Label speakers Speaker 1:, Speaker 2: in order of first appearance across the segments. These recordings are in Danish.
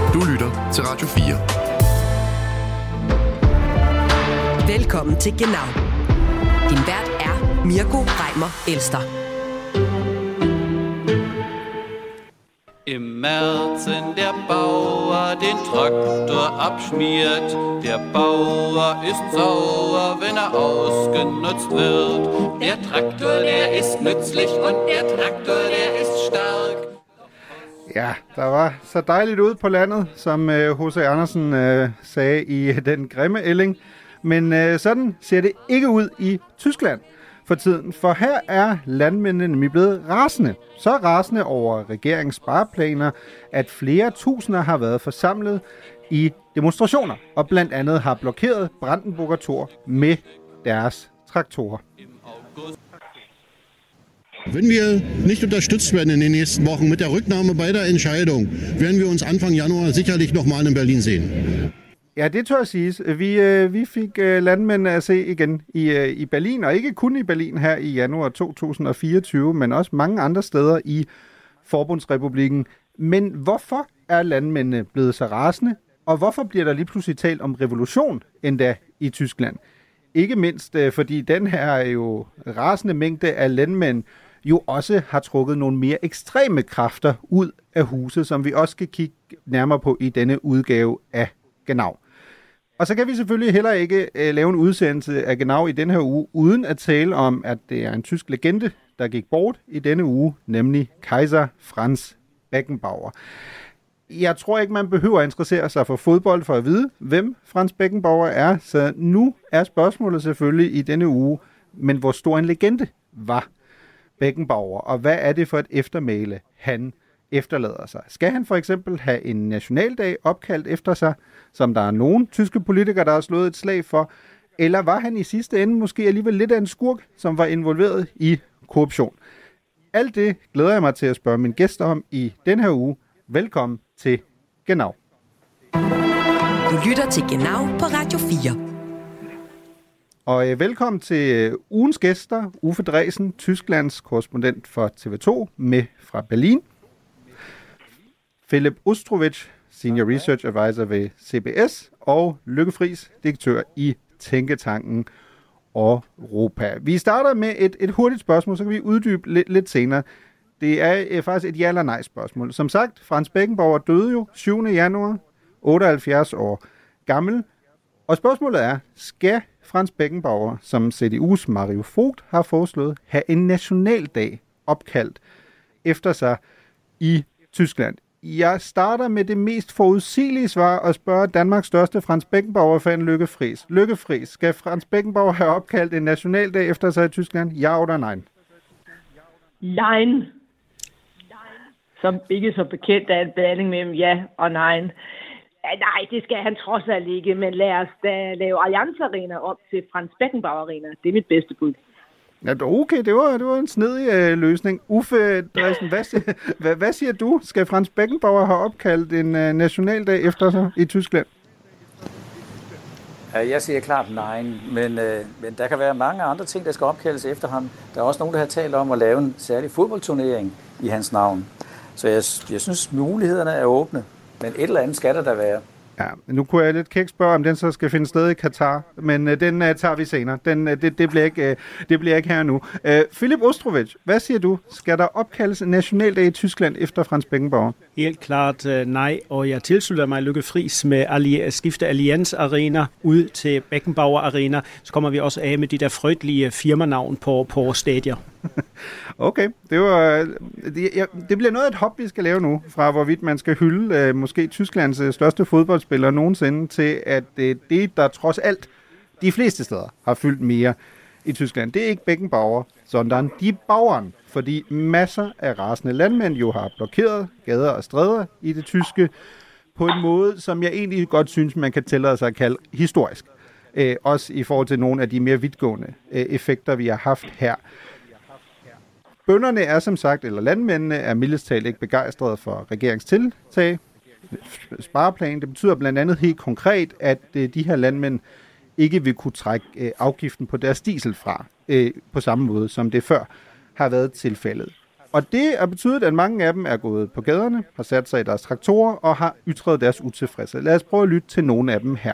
Speaker 1: Du lytter til Radio 4.
Speaker 2: Velkommen til Genau. Din vært er Mirko Reimer Elster.
Speaker 3: Im Märzen der Bauer den Traktor abschmiert. Der Bauer ist sauer, wenn ausgenutzt wird. Der Traktor, der ist nützlich und der Traktor, der ist stark.
Speaker 4: Ja, der var så dejligt ude på landet, som H.C. Andersen sagde i Den grimme ælling. Men sådan ser det ikke ud i Tyskland for tiden, for her er landmændene nemlig blevet rasende. Så rasende over regeringens spareplaner, at flere tusinder har været forsamlet i demonstrationer, og blandt andet har blokeret Brandenburger Tor med deres traktorer.
Speaker 5: Wenn wir nicht unterstützt werden in den nächsten Wochen mit der Rücknahme beider Entscheidung, werden wir uns Anfang Januar sicherlich nochmal in Berlin sehen.
Speaker 4: Ja, det tør siges. Vi fik landmændene at se igen i Berlin, og ikke kun i Berlin her i januar 2024, men også mange andre steder i Forbundsrepublikken. Men hvorfor er landmændene blevet så rasende, og hvorfor bliver der lige pludselig talt om revolution endda i Tyskland? Ikke mindst fordi den her jo rasende mængde af landmænd jo også har trukket nogle mere ekstreme kræfter ud af huset, som vi også skal kigge nærmere på i denne udgave af Genau. Og så kan vi selvfølgelig heller ikke lave en udsendelse af Genau i den her uge, uden at tale om, at det er en tysk legende, der gik bort i denne uge, nemlig Kaiser Franz Beckenbauer. Jeg tror ikke, man behøver at interessere sig for fodbold for at vide, hvem Franz Beckenbauer er, så nu er spørgsmålet selvfølgelig i denne uge, men hvor stor en legende var Beckenbauer, og hvad er det for et eftermæle, han efterlader sig? Skal han for eksempel have en nationaldag opkaldt efter sig, som der er nogle tyske politikere, der har slået et slag for, eller var han i sidste ende måske alligevel lidt af en skurk, som var involveret i korruption? Alt det glæder jeg mig til at spørge mine gæster om i den her uge. Velkommen til Genau.
Speaker 2: Du lytter til Genau på Radio 4.
Speaker 4: Og velkommen til ugens gæster, Uffe Dresen, Tysklands korrespondent for TV2 med fra Berlin. Philip Ostrovich, Senior Research Advisor ved CBS, og Lykke Friis, direktør i Tænketanken Europa. Vi starter med et hurtigt spørgsmål, så kan vi uddybe lidt senere. Det er faktisk et ja eller nej spørgsmål. Som sagt, Franz Beckenbauer døde jo 7. januar, 78 år gammel. Og spørgsmålet er, skal Franz Beckenbauer, som CDU's Mario Vogt har foreslået, have en nationaldag opkaldt efter sig i Tyskland? Jeg starter med det mest forudsigelige svar og spørger Danmarks største Franz Beckenbauer-fan, Lykke Friis. Lykke Friis, skal Franz Beckenbauer have opkaldt en nationaldag efter sig i Tyskland? Ja eller nej?
Speaker 6: Nein. Som ikke så bekendt er en blanding mellem ja og nej. Ja, nej, det skal han trods alt ikke, men lad os da lave Allianz Arena om til Franz Beckenbauer Arena. Det er mit bedste bud.
Speaker 4: Ja, okay, det var en snedig løsning. Uffe Dresen, hvad siger du? Skal Franz Beckenbauer have opkaldt en nationaldag efter sig i Tyskland?
Speaker 7: Jeg siger klart nej, men der kan være mange andre ting, der skal opkaldes efter ham. Der er også nogen, der har talt om at lave en særlig fodboldturnering i hans navn. Så jeg synes, mulighederne er åbne, men et eller andet skal der være.
Speaker 4: Ja, nu kunne jeg lidt kækt spørge, om den så skal finde sted i Katar, men den tager vi senere. Det bliver ikke her nu. Philip Ostrovich, hvad siger du? Skal der opkaldes en nationaldag i Tyskland efter Franz Beckenbauer?
Speaker 8: Helt klart nej, og jeg tilslutter mig Lykke Friis med at skifte Allianz Arena ud til Beckenbauer Arena. Så kommer vi også af med de der frygtelige firmanavn på stadier.
Speaker 4: Okay, det bliver noget af et hop, vi skal lave nu, fra hvorvidt man skal hylde måske Tysklands største fodboldspiller nogensinde, til at det, der trods alt de fleste steder har fyldt mere i Tyskland, det er ikke Beckenbauer, sondern die Bauern, fordi masser af rasende landmænd jo har blokeret gader og stræder i det tyske på en måde, som jeg egentlig godt synes, man kan tillade sig at kalde historisk. Også i forhold til nogle af de mere vidtgående effekter, vi har haft her. Bønderne er som sagt, eller landmændene er mildest talt ikke begejstrede for regeringstiltag. Spareplan, det betyder blandt andet helt konkret, at de her landmænd ikke vil kunne trække afgiften på deres diesel fra på samme måde, som det før har været tilfældet. Og det har betydet, at mange af dem er gået på gaderne, har sat sig i deres traktorer og har ytret deres utilfredshed. Lad os prøve at lytte til nogle af dem her.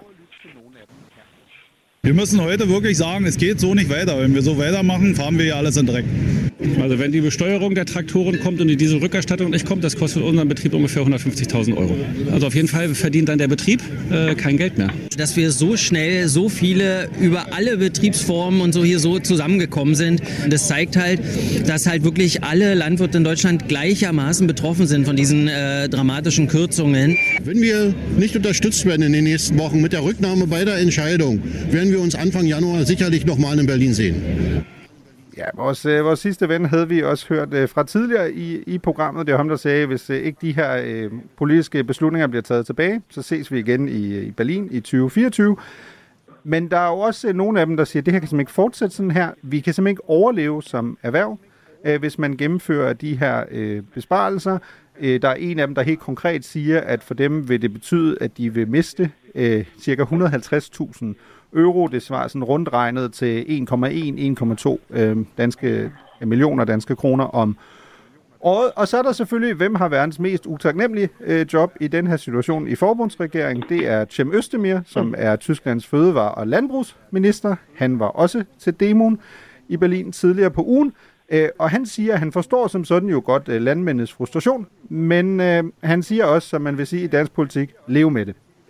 Speaker 9: Wir müssen heute wirklich sagen, es geht so nicht weiter. Wenn wir so weitermachen, fahren wir hier alles in Dreck. Also wenn die Besteuerung der Traktoren kommt und die Dieselrückerstattung nicht kommt, das kostet unseren Betrieb ungefähr 150.000 €. Also auf jeden Fall verdient dann der Betrieb kein Geld mehr.
Speaker 10: Dass wir so schnell, so viele über alle Betriebsformen und so hier so zusammengekommen sind, das zeigt halt, dass halt wirklich alle Landwirte in Deutschland gleichermaßen betroffen sind von diesen dramatischen Kürzungen.
Speaker 5: Wenn wir nicht unterstützt werden in den nächsten Wochen mit der Rücknahme beider Entscheidung, werden vi uns Anfang Januar sicherlich nochmal in Berlin sehen.
Speaker 4: Ja, vores sidste ven havde vi også hørt fra tidligere i programmet. Det var ham, der sagde, hvis ikke de her politiske beslutninger bliver taget tilbage, så ses vi igen i Berlin i 2024. Men der er jo også nogle af dem, der siger, at det her kan simpelthen ikke fortsætte sådan her. Vi kan simpelthen ikke overleve som erhverv, hvis man gennemfører de her besparelser. Der er en af dem, der helt konkret siger, at for dem vil det betyde, at de vil miste ca. 150.000 euro. Det svarer sådan rundt regnet til 1,1-1,2 millioner danske kroner om året. Og så er der selvfølgelig, hvem har verdens mest utaknemmelige job i den her situation i forbundsregeringen. Det er Cem Özdemir, som er Tysklands fødevare- og landbrugsminister. Han var også til demoen i Berlin tidligere på ugen. Og han siger, at han forstår som sådan jo godt landmændenes frustration, men han siger også, som man vil sige i dansk politik, leve med det.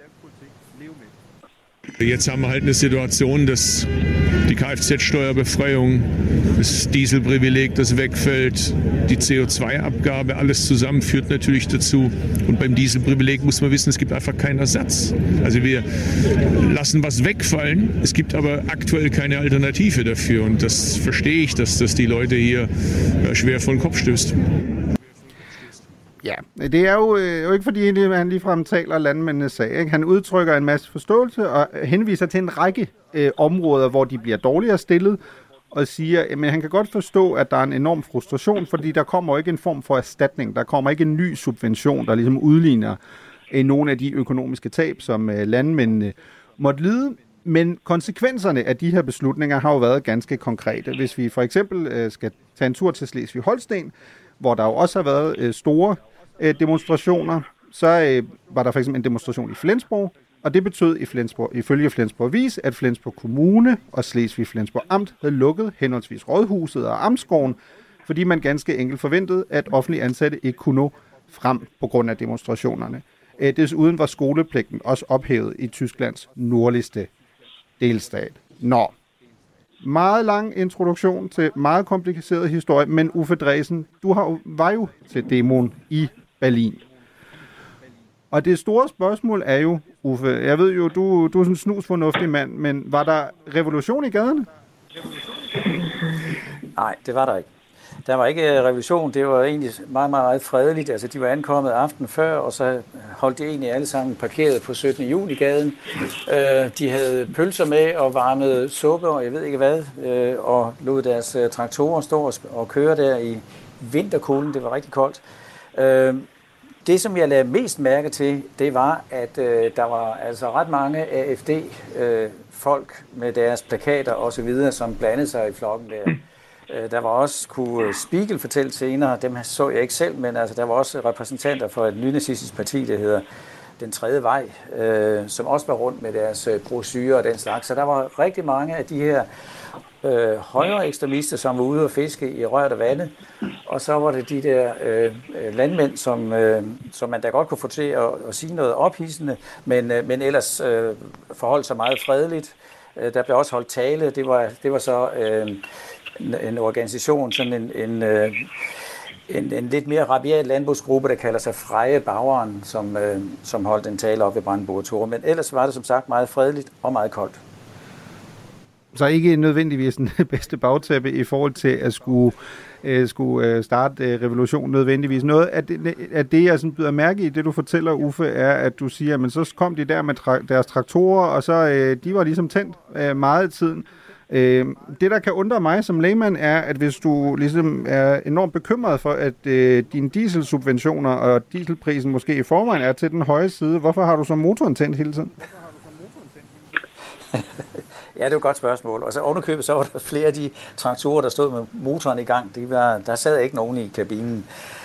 Speaker 11: Jetzt haben wir halt eine Situation, dass die Kfz-Steuerbefreiung, das Dieselprivileg, das wegfällt, die CO2-Abgabe, alles zusammen führt natürlich dazu. Und beim Dieselprivileg muss man wissen, es gibt einfach keinen Ersatz. Also wir lassen was wegfallen, es gibt aber aktuell keine Alternative dafür. Und das verstehe ich, dass das die Leute hier schwer vor den Kopf stößt.
Speaker 4: Ja, det er jo ikke fordi, han ligefrem taler landmændenes sag. Ikke? Han udtrykker en masse forståelse og henviser til en række områder, hvor de bliver dårligere stillet, og siger, at han kan godt forstå, at der er en enorm frustration, fordi der kommer ikke en form for erstatning. Der kommer ikke en ny subvention, der ligesom udligner nogle af de økonomiske tab, som landmændene måtte lide. Men konsekvenserne af de her beslutninger har jo været ganske konkrete. Hvis vi for eksempel skal tage en tur til Slesvig-Holsten, hvor der jo også har været store demonstrationer, så var der for eksempel en demonstration i Flensborg, og det betød ifølge Flensborg Avis, at Flensborg Kommune og Slesvig-Flensborg Amt havde lukket henholdsvis Rådhuset og Amtsgården, fordi man ganske enkelt forventede, at offentlige ansatte ikke kunne nå frem på grund af demonstrationerne. Desuden var skolepligten også ophævet i Tysklands nordligste delstat. Nå. Meget lang introduktion til meget kompliceret historie, men Uffe Dresen, du var jo til demoen i Berlin. Og det store spørgsmål er jo, Uffe, jeg ved jo, du er sådan en snusfornuftig mand, men var der revolution i gaderne?
Speaker 7: Nej, det var der ikke. Der var ikke revolution, det var egentlig meget, meget fredeligt. Altså, de var ankommet aften før, og så holdt de egentlig alle sammen parkeret på 17. juni-gaden. De havde pølser med og varmede suppe, og jeg ved ikke hvad, og lod deres traktorer stå og køre der i vinterkulden. Det var rigtig koldt. Det, som jeg lagde mest mærke til, det var, at der var altså ret mange AfD-folk med deres plakater osv., som blandede sig i flokken der. Der var også, kunne Spiegel fortælle senere, dem så jeg ikke selv, men altså, der var også repræsentanter for et nynazistisk parti, der hedder Den Tredje Vej, som også var rundt med deres brochurer og den slags. Så der var rigtig mange af de her højre ekstremister, som var ude og fiske i rørt og vande. Og så var det de der landmænd, som man da godt kunne få til at sige noget ophidsende, men ellers forholdt sig meget fredeligt. Der blev også holdt tale. Det var så en organisation, sådan en lidt mere rabiat landbrugsgruppe, der kalder sig Freie Bauern, som holdt en tale op ved Brandenburger Tor. Men ellers var det som sagt meget fredeligt og meget koldt.
Speaker 4: Så ikke nødvendigvis den bedste bagtæppe i forhold til at skulle starte revolution nødvendigvis. Noget af det, jeg sådan byder mærke i, det du fortæller, Uffe, er, at du siger, men så kom de der med deres traktorer, og så de var ligesom tændt meget i tiden. Det, der kan undre mig som lægmand, er, at hvis du ligesom er enormt bekymret for, at dine dieselsubventioner og dieselprisen måske i forvejen er til den høje side, hvorfor har du så motoren tændt hele tiden?
Speaker 7: Ja, det er et godt spørgsmål. Og så ovenikøbet, så var der flere af de traktorer, der stod med motoren i gang. Der sad ikke nogen i kabinen.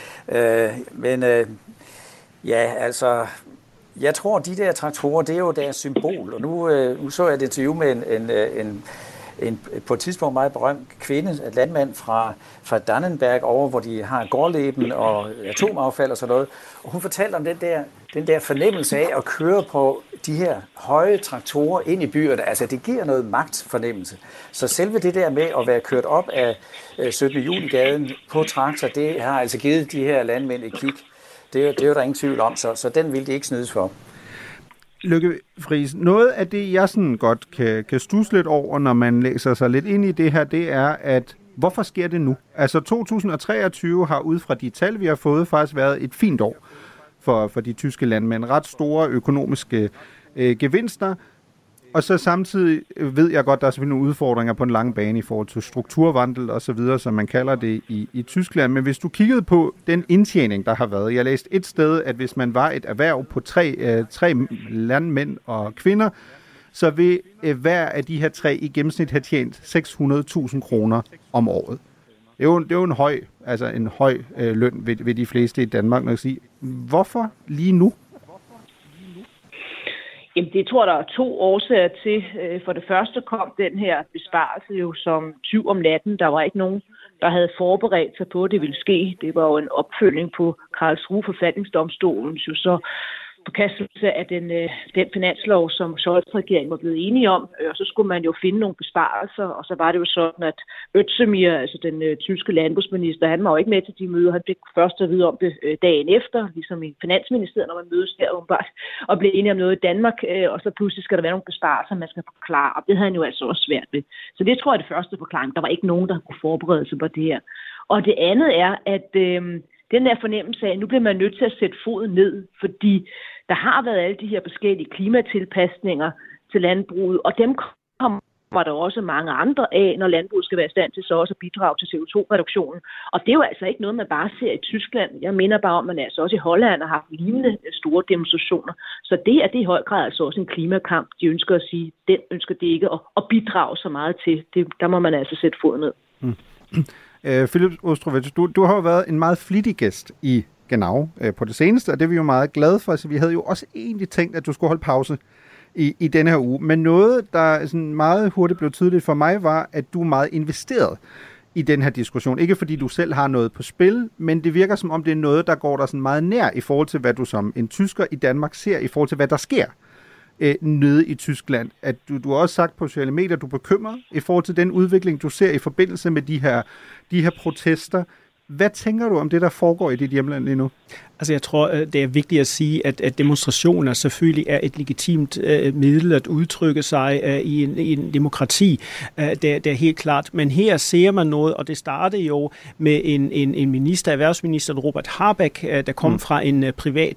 Speaker 7: Ja, altså, jeg tror, de der traktorer, det er jo deres symbol. Og nu så jeg et interview med en på et tidspunkt meget berømt kvinde, et landmand fra Dannenberg over, hvor de har gårdleben og atomaffald og sådan noget. Og hun fortalte om den der fornemmelse af at køre på de her høje traktorer ind i byerne. Altså, det giver noget magtfornemmelse. Så selve det der med at være kørt op af 17. juli-gaden på traktor, det har altså givet de her landmænd et kig. Det er jo der ingen tvivl om, så den vil de ikke snydes for.
Speaker 4: Lykke Friis, noget af det, jeg sådan godt kan studse lidt over, når man læser sig lidt ind i det her, det er, at hvorfor sker det nu? Altså 2023 har ud fra de tal, vi har fået, faktisk været et fint år for de tyske landmænd. Ret store økonomiske gevinster, og så samtidig ved jeg godt, der er selvfølgelig nogle udfordringer på en lang bane i forhold til strukturvandel og så videre, som man kalder det i Tyskland. Men hvis du kiggede på den indtjening, der har været, jeg læste et sted, at hvis man var et erhverv på tre landmænd og kvinder, så vil hver af de her tre i gennemsnit have tjent 600.000 kroner om året. Det er jo en høj løn ved de fleste i Danmark, når jeg siger. Hvorfor lige nu?
Speaker 6: Jamen, det tror jeg, der er 2 årsager til. For det første kom den her besparelse jo som tyv om natten. Der var ikke nogen, der havde forberedt sig på, at det ville ske. Det var jo en opfølgning på Karlsruhe forfatningsdomstolen, jo så forkastelse af den finanslov, som Scholz-regeringen var blevet enige om, og så skulle man jo finde nogle besparelser, og så var det jo sådan, at Özdemir, altså den tyske landbrugsminister, han var jo ikke med til de møder, han fik først at vide om det dagen efter, ligesom i Finansministeriet, når man mødes der åbenbart, og blev enige om noget i Danmark, og så pludselig skal der være nogle besparelser, man skal forklare, og det havde han jo altså også svært ved. Så det tror jeg er det første forklaring. Der var ikke nogen, der kunne forberede sig på det her. Og det andet er, at den der fornemmelse af, at nu bliver man nødt til at sætte foden ned, fordi der har været alle de her forskellige klimatilpasninger til landbruget, og dem kommer der også mange andre af, når landbruget skal være i stand til så også at bidrage til CO2-reduktionen. Og det er jo altså ikke noget, man bare ser i Tyskland. Jeg minder bare om, at man altså også i Holland har haft lignende store demonstrationer. Så det er i høj grad altså også en klimakamp. De ønsker at sige, den ønsker det ikke at bidrage så meget til. Der må man altså sætte foden ned.
Speaker 4: Philipp Ostrovich, du har jo været en meget flittig gæst i Genau på det seneste, og det er vi jo meget glade for. Så vi havde jo også egentlig tænkt, at du skulle holde pause i denne her uge. Men noget, der sådan meget hurtigt blev tydeligt for mig, var, at du er meget investeret i den her diskussion. Ikke fordi du selv har noget på spil, men det virker som om, det er noget, der går dig sådan meget nær i forhold til, hvad du som en tysker i Danmark ser, i forhold til, hvad der sker nede i Tyskland. At du har også sagt på sociale medier, at du er bekymret i forhold til den udvikling, du ser i forbindelse med de her protester. Hvad tænker du om det, der foregår i dit hjemland lige nu?
Speaker 8: Altså jeg tror, det er vigtigt at sige, at demonstrationer selvfølgelig er et legitimt middel at udtrykke sig i en demokrati. Det er helt klart. Men her ser man noget, og det startede jo med en minister, erhvervsminister Robert Habeck, der kom fra en privat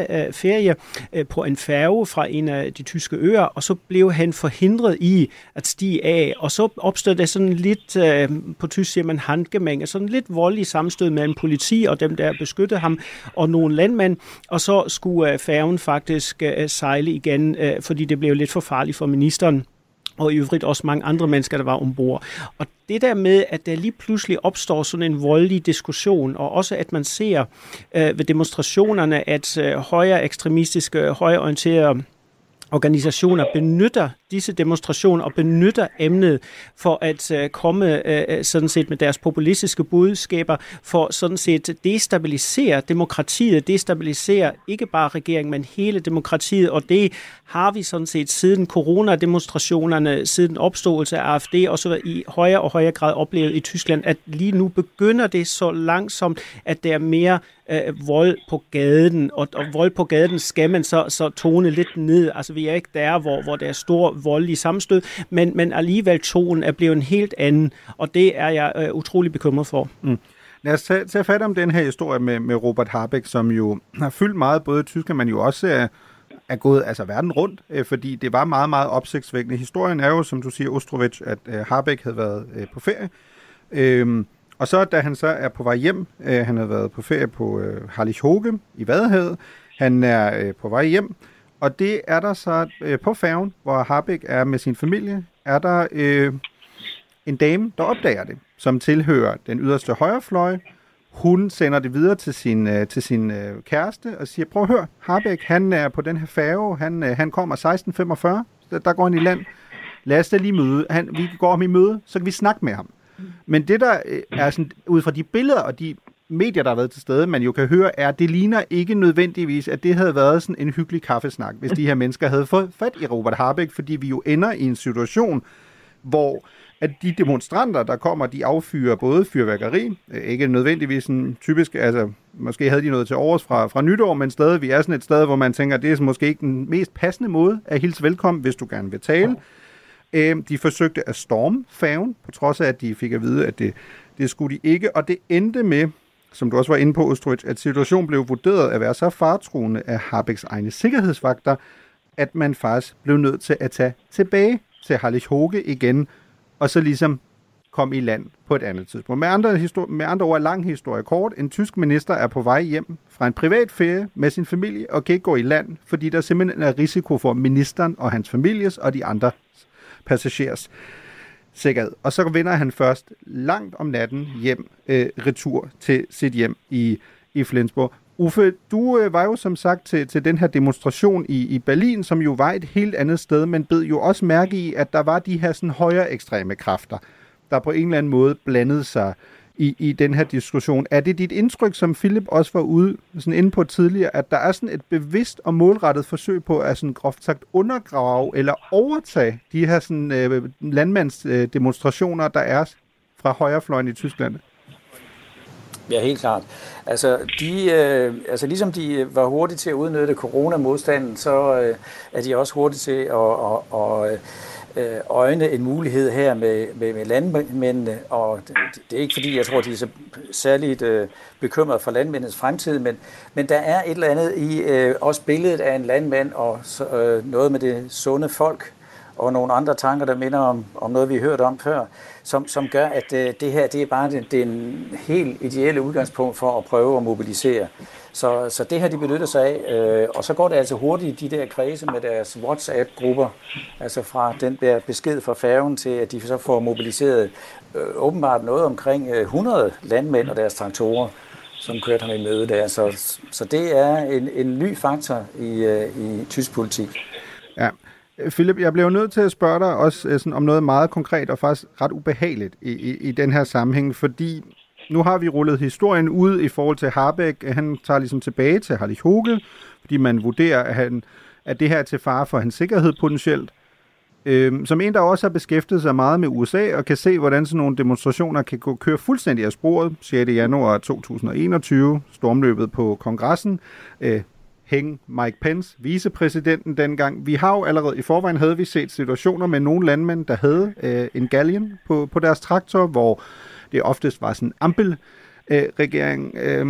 Speaker 8: ferie på en færge fra en af de tyske øer, og så blev han forhindret i at stige af, og så opstod der sådan lidt, på tysk siger man handgemæng, sådan lidt voldelig sammenstød mellem politi og dem, der beskyttede ham, og nogle landmænd, og så skulle færgen faktisk sejle igen, fordi det blev lidt for farligt for ministeren, og i øvrigt også mange andre mennesker, der var ombord. Og det der med, at der lige pludselig opstår sådan en voldelig diskussion, og også at man ser ved demonstrationerne, at højre ekstremistiske, højreorienterede organisationer benytter disse demonstrationer og benytter emnet for at komme sådan set med deres populistiske budskaber for sådan set destabilisere demokratiet, destabilisere ikke bare regeringen, men hele demokratiet, og det har vi sådan set siden coronademonstrationerne, siden opståelse af AfD og så i højere og højere grad oplevet i Tyskland, at lige nu begynder det så langsomt, at der er mere vold på gaden, og vold på gaden skal man så tone lidt ned. Altså vi er ikke der, hvor der er stor voldelig sammenstød, men alligevel tonen er blevet en helt anden, og det er jeg utrolig bekymret for.
Speaker 4: Lad os tage fat om den her historie med Robert Habeck, som jo har fyldt meget både i Tyskland, men jo også er gået verden rundt, fordi det var meget, meget opsigtsvækkende. Historien er jo, som du siger, Ostrovich, at Habeck havde været på ferie, og så da han så er på vej hjem, han havde været på ferie på Harlichhoge i Vadehavet, han er på vej hjem, og det er der så på færgen, hvor Habeck er med sin familie er der en dame, der opdager det, som tilhører den yderste højrefløj. Hun sender det videre til sin kæreste og siger, prøv at høre, Habeck, han er på den her færge, han kommer 16:45, der går han i land. Lad os da lige møde. Vi går ham i møde, så kan vi snakke med ham. Men det, der er sådan, ud fra de billeder og de medier, der har været til stede, man jo kan høre, er, at det ligner ikke nødvendigvis, at det havde været sådan en hyggelig kaffesnak, hvis de her mennesker havde fået fat i Robert Habeck, fordi vi jo ender i en situation, hvor at de demonstranter, der kommer, de affyrer både fyrværkeri, ikke nødvendigvis sådan typisk, altså måske havde de noget til overs fra nytår, men stadig, vi er sådan et sted, hvor man tænker, det er måske ikke den mest passende måde at hilse velkommen, hvis du gerne vil tale. De forsøgte at storme færgen, på trods af, at de fik at vide, at det skulle de ikke, og det endte med, som du også var inde på, Ostrowitz, at situationen blev vurderet at være så faretruende af Habecks egne sikkerhedsvagter, at man faktisk blev nødt til at tage tilbage til Harlich-Hoge igen, og så ligesom kom i land på et andet tidspunkt. Med andre ord, lang historie kort. En tysk minister er på vej hjem fra en privat ferie med sin familie og kan ikke gå i land, fordi der simpelthen er risiko for ministeren og hans families og de andre passagers sikkerhed. Og så vender han først langt om natten hjem, retur til sit hjem i Flensborg. Uffe, du var jo som sagt til den her demonstration i Berlin, som jo var et helt andet sted, men bed jo også mærke i, at der var de her sådan højere ekstreme kræfter, der på en eller anden måde blandede sig i den her diskussion. Er det dit indtryk, som Philip også var ude sådan inde på tidligere, at der er sådan et bevidst og målrettet forsøg på at sådan groft sagt undergrave eller overtage de her sådan landmandsdemonstrationer, der er fra højrefløjen i Tyskland?
Speaker 7: Ja, helt klart. Altså, ligesom de var hurtige til at udnytte coronamodstanden, så er de også hurtige til at øjne en mulighed her med landmændene, og det er ikke fordi, jeg tror, de er så særligt bekymret for landmændenes fremtid, men der er et eller andet i også billedet af en landmand og noget med det sunde folk, og nogle andre tanker, der minder om noget, vi har hørt om før, som gør, at det her det er bare den helt ideelle udgangspunkt for at prøve at mobilisere. Så det her, de benytter sig af, og så går det altså hurtigt i de der kredse med deres WhatsApp-grupper, altså fra den der besked fra færgen til, at de så får mobiliseret åbenbart noget omkring 100 landmænd og deres traktorer, som kørte ham i møde der. Så det er en ny faktor i tysk politik.
Speaker 4: Ja. Philip, jeg blev nødt til at spørge dig også sådan, om noget meget konkret og faktisk ret ubehageligt i den her sammenhæng, fordi nu har vi rullet historien ud i forhold til Habeck. Han tager ligesom tilbage til Harlich-Hoge, fordi man vurderer, at det her er til fare for hans sikkerhed potentielt. Som en, der også har beskæftiget sig meget med USA og kan se, hvordan sådan nogle demonstrationer kan køre fuldstændig af sporet. 6. januar 2021, stormløbet på kongressen. Hæng Mike Pence, vicepræsidenten dengang. Vi har jo allerede i forvejen havde vi set situationer med nogle landmænd, der havde en galgen på deres traktor, hvor det oftest var sådan en ampelregering.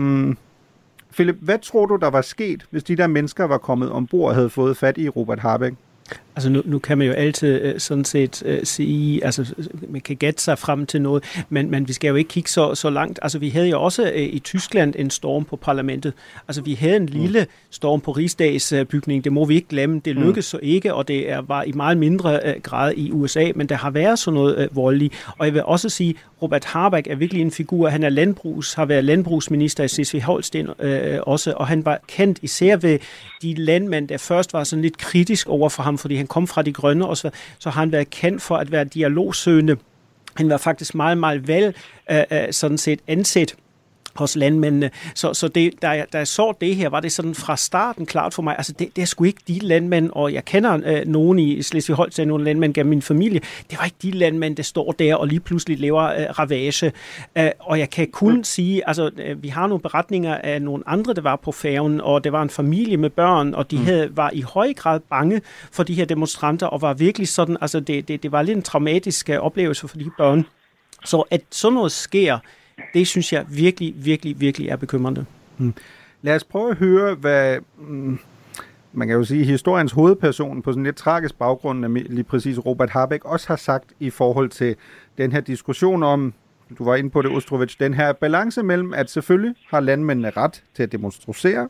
Speaker 4: Philip, hvad tror du, der var sket, hvis de der mennesker var kommet ombord og havde fået fat i Robert Habeck?
Speaker 8: Altså nu kan man jo altid sådan set sige, altså man kan gætte sig frem til noget, men vi skal jo ikke kigge så langt. Altså vi havde jo også i Tyskland en storm på parlamentet. Altså vi havde en lille storm på Rigsdagsbygningen, det må vi ikke glemme. Det lykkedes så ikke, og det var i meget mindre grad i USA, men der har været sådan noget voldeligt. Og jeg vil også sige, Robert Habeck er virkelig en figur. Han er har været landbrugsminister i Slesvig-Holsten også, og han var kendt især ved de landmænd, der først var sådan lidt kritisk over for ham, fordi han kom fra de grønne, og så har han været kendt for at være dialogsøgende. Han var faktisk meget, meget vel sådan set ansat hos landmændene. Så da jeg så det her, var det sådan fra starten klart for mig, altså det er sgu ikke de landmænd, og jeg kender nogen i Slesvig-Holsten, nogle landmænd gennem min familie, det var ikke de landmænd, der står der og lige pludselig laver ravage. Og jeg kan kun sige, altså vi har nogle beretninger af nogle andre, der var på færgen, og det var en familie med børn, og de var i høj grad bange for de her demonstranter, og var virkelig sådan, altså det var lidt en traumatisk oplevelse for de børn. Så at sådan noget sker, det synes jeg virkelig, virkelig, virkelig er bekymrende.
Speaker 4: Lad os prøve at høre, hvad man kan jo sige, historiens hovedperson på sådan lidt tragisk baggrund, lige præcis Robert Habeck, også har sagt i forhold til den her diskussion om, du var inde på det, Ostrowitz, den her balance mellem, at selvfølgelig har landmændene ret til at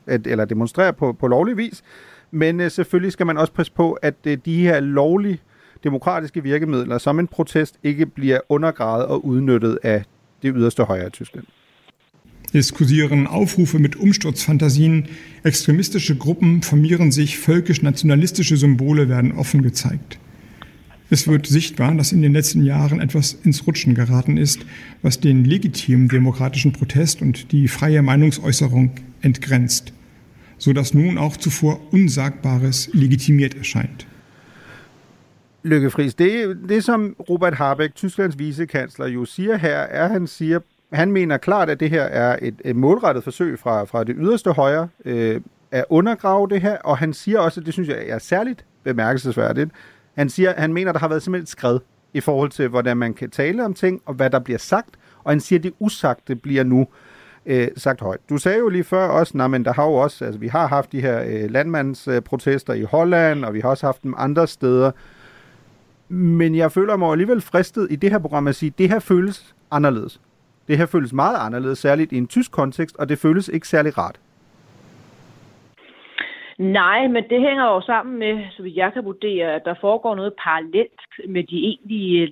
Speaker 4: demonstrere på lovlig vis, men selvfølgelig skal man også passe på, at de her demokratiske virkemidler som en protest ikke bliver undergravet og udnyttet af det yderste højre i Tyskland.
Speaker 12: Es kursieren Aufrufe mit Umsturzfantasien, extremistische Gruppen formieren sich, völkisch-nationalistische Symbole werden offen gezeigt. Es wird sichtbar, dass in den letzten Jahren etwas ins Rutschen geraten ist, was den legitimen demokratischen Protest und die freie Meinungsäußerung entgrenzt, sodass nun auch zuvor Unsagbares legitimiert erscheint.
Speaker 4: Lykke Friis, det som Robert Habeck, Tysklands vicekansler, jo siger her, er, han mener klart, at det her er et målrettet forsøg fra det yderste højre at undergrave det her, og han siger også, at det synes jeg er særligt bemærkelsesværdigt. Han mener, der har været simpelthen et skred i forhold til, hvordan man kan tale om ting, og hvad der bliver sagt, og han siger, at det usagte bliver nu sagt højt. Du sagde jo lige før også, men der har jo også, altså vi har haft de her landmandsprotester i Holland, og vi har også haft dem andre steder, men jeg føler mig alligevel fristet i det her program at sige, at det her føles anderledes. Det her føles meget anderledes, særligt i en tysk kontekst, og det føles ikke særlig rart.
Speaker 6: Nej, men det hænger jo sammen med, så vidt jeg kan vurdere, at der foregår noget parallelt med de egentlige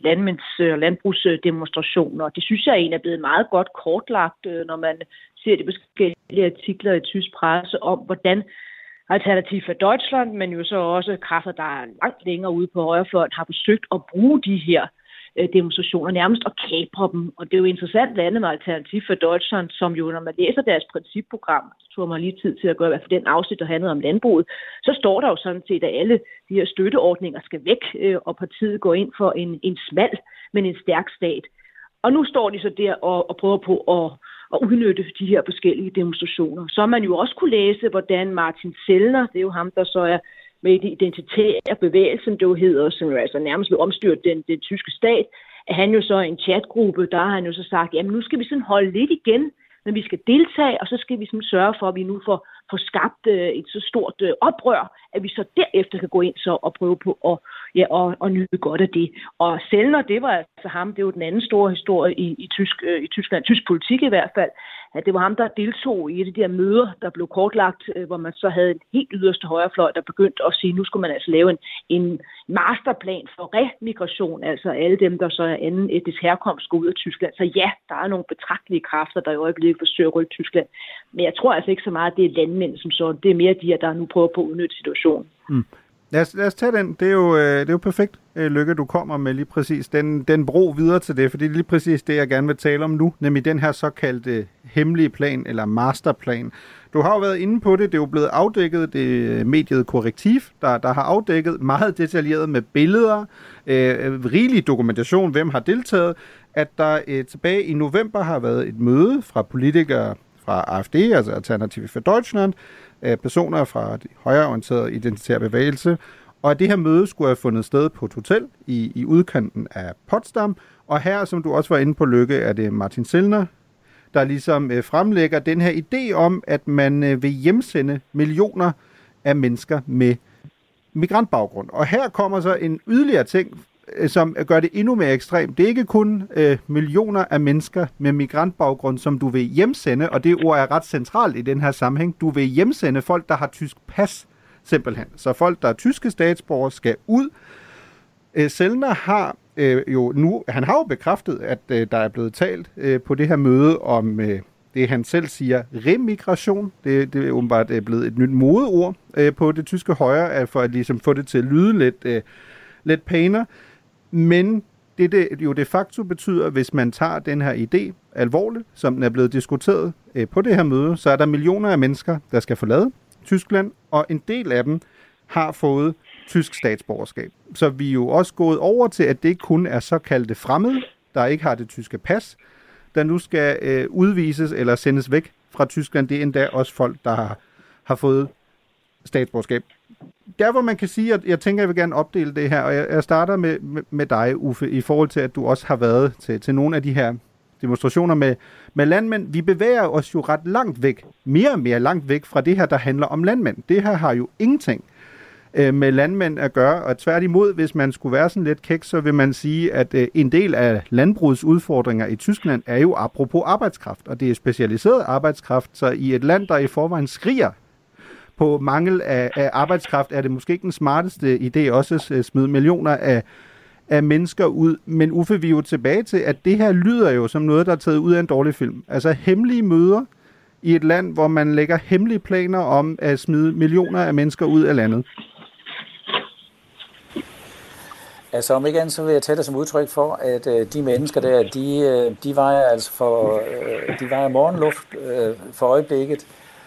Speaker 6: landbrugsdemonstrationer. Det synes jeg egentlig er blevet meget godt kortlagt, når man ser de forskellige artikler i tysk presse om, hvordan Alternativ for Deutschland, men jo så også kræfter, der er langt længere ude på højrefløjen, har forsøgt at bruge de her demonstrationer nærmest og kapre dem. Og det er jo interessant lande med Alternativ for Deutschland, som jo, når man læser deres principprogram, så tog man lige tid til at gøre, hvad for den afsnit, der handlede om landbruget, så står der jo sådan set, at alle de her støtteordninger skal væk, og partiet går ind for en smal, men en stærk stat. Og nu står de så der og prøver på at udnytte de her forskellige demonstrationer. Så man jo også kunne læse, hvordan Martin Sellner, det er jo ham, der så er med i det identitære bevægelsen, det hedder, som jo altså nærmest vil omstyre den tyske stat, at han jo så i en chatgruppe, der har han jo så sagt, jamen nu skal vi sådan holde lidt igen, men vi skal deltage, og så skal vi sådan sørge for, at vi nu får skabt et så stort oprør, at vi så derefter kan gå ind så og prøve på at nyde godt af det. Og Sellner, det var altså ham, det er jo den anden store historie i Tyskland, tysk politik i hvert fald, at det var ham, der deltog i de der møder, der blev kortlagt, hvor man så havde en helt yderste højrefløj, der begyndte at sige, nu skulle man altså lave en masterplan for remigration, altså alle dem, der så er anden etnisk herkomst, går ud af Tyskland. Så ja, der er nogle betragtelige kræfter, der i øjeblikket forsøger at rykke Tyskland. Men jeg tror altså ikke så meget, at det er landmænd som sådan. Det er mere de her, der nu prøver på at udnytte situationen. Mm.
Speaker 4: Lad os tage den. Det er jo perfekt, Lykke, du kommer med lige præcis den bro videre til det, for det er lige præcis det, jeg gerne vil tale om nu, nemlig den her såkaldte hemmelige plan, eller masterplan. Du har jo været inde på det, det er jo blevet afdækket, det er mediet Korrektiv, der har afdækket meget detaljeret med billeder, rigelig dokumentation, hvem har deltaget, at der tilbage i november har været et møde fra politikere fra AfD, altså Alternativ for Deutschland, personer fra de højreorienterede identitære bevægelse, og at det her møde skulle have fundet sted på et hotel i udkanten af Potsdam, og her, som du også var inde på, Lykke, er det Martin Sellner, der ligesom fremlægger den her idé om, at man vil hjemsende millioner af mennesker med migrantbaggrund. Og her kommer så en yderligere ting, som gør det endnu mere ekstremt. Det er ikke kun millioner af mennesker med migrantbaggrund, som du vil hjemsende, og det ord er ret centralt i den her sammenhæng. Du vil hjemsende folk, der har tysk pas, simpelthen. Så folk, der er tyske statsborgere, skal ud. Sellner har han har jo bekræftet, at der er blevet talt på det her møde om det, han selv siger, remigration. Det er åbenbart blevet et nyt modeord på det tyske højre, for at ligesom få det til at lyde lidt pænere. Men det jo de facto betyder, hvis man tager den her idé alvorligt, som den er blevet diskuteret på det her møde, så er der millioner af mennesker, der skal forlade Tyskland, og en del af dem har fået tysk statsborgerskab. Så vi er jo også gået over til, at det ikke kun er såkaldte fremmede, der ikke har det tyske pas, der nu skal udvises eller sendes væk fra Tyskland. Det er endda også folk, der har fået statsborgerskab. Der, hvor man kan sige, at jeg tænker, at jeg vil gerne opdele det her, og jeg starter med dig, Uffe, i forhold til, at du også har været til nogle af de her demonstrationer med landmænd. Vi bevæger os jo ret langt væk, mere og mere langt væk fra det her, der handler om landmænd. Det her har jo ingenting med landmænd at gøre, og tværtimod, hvis man skulle være sådan lidt kæk, så vil man sige, at en del af landbrugets udfordringer i Tyskland er jo apropos arbejdskraft, og det er specialiseret arbejdskraft, så i et land, der i forvejen skriger på mangel af arbejdskraft, er det måske ikke den smarteste idé også at smide millioner af mennesker ud. Men Uffe, vi er jo tilbage til, at det her lyder jo som noget, der er taget ud af en dårlig film. Altså hemmelige møder i et land, hvor man lægger hemmelige planer om at smide millioner af mennesker ud af landet.
Speaker 7: Altså om ikke andet, så vil jeg tage det som udtryk for, at de mennesker der, de vejer morgenluft for øjeblikket.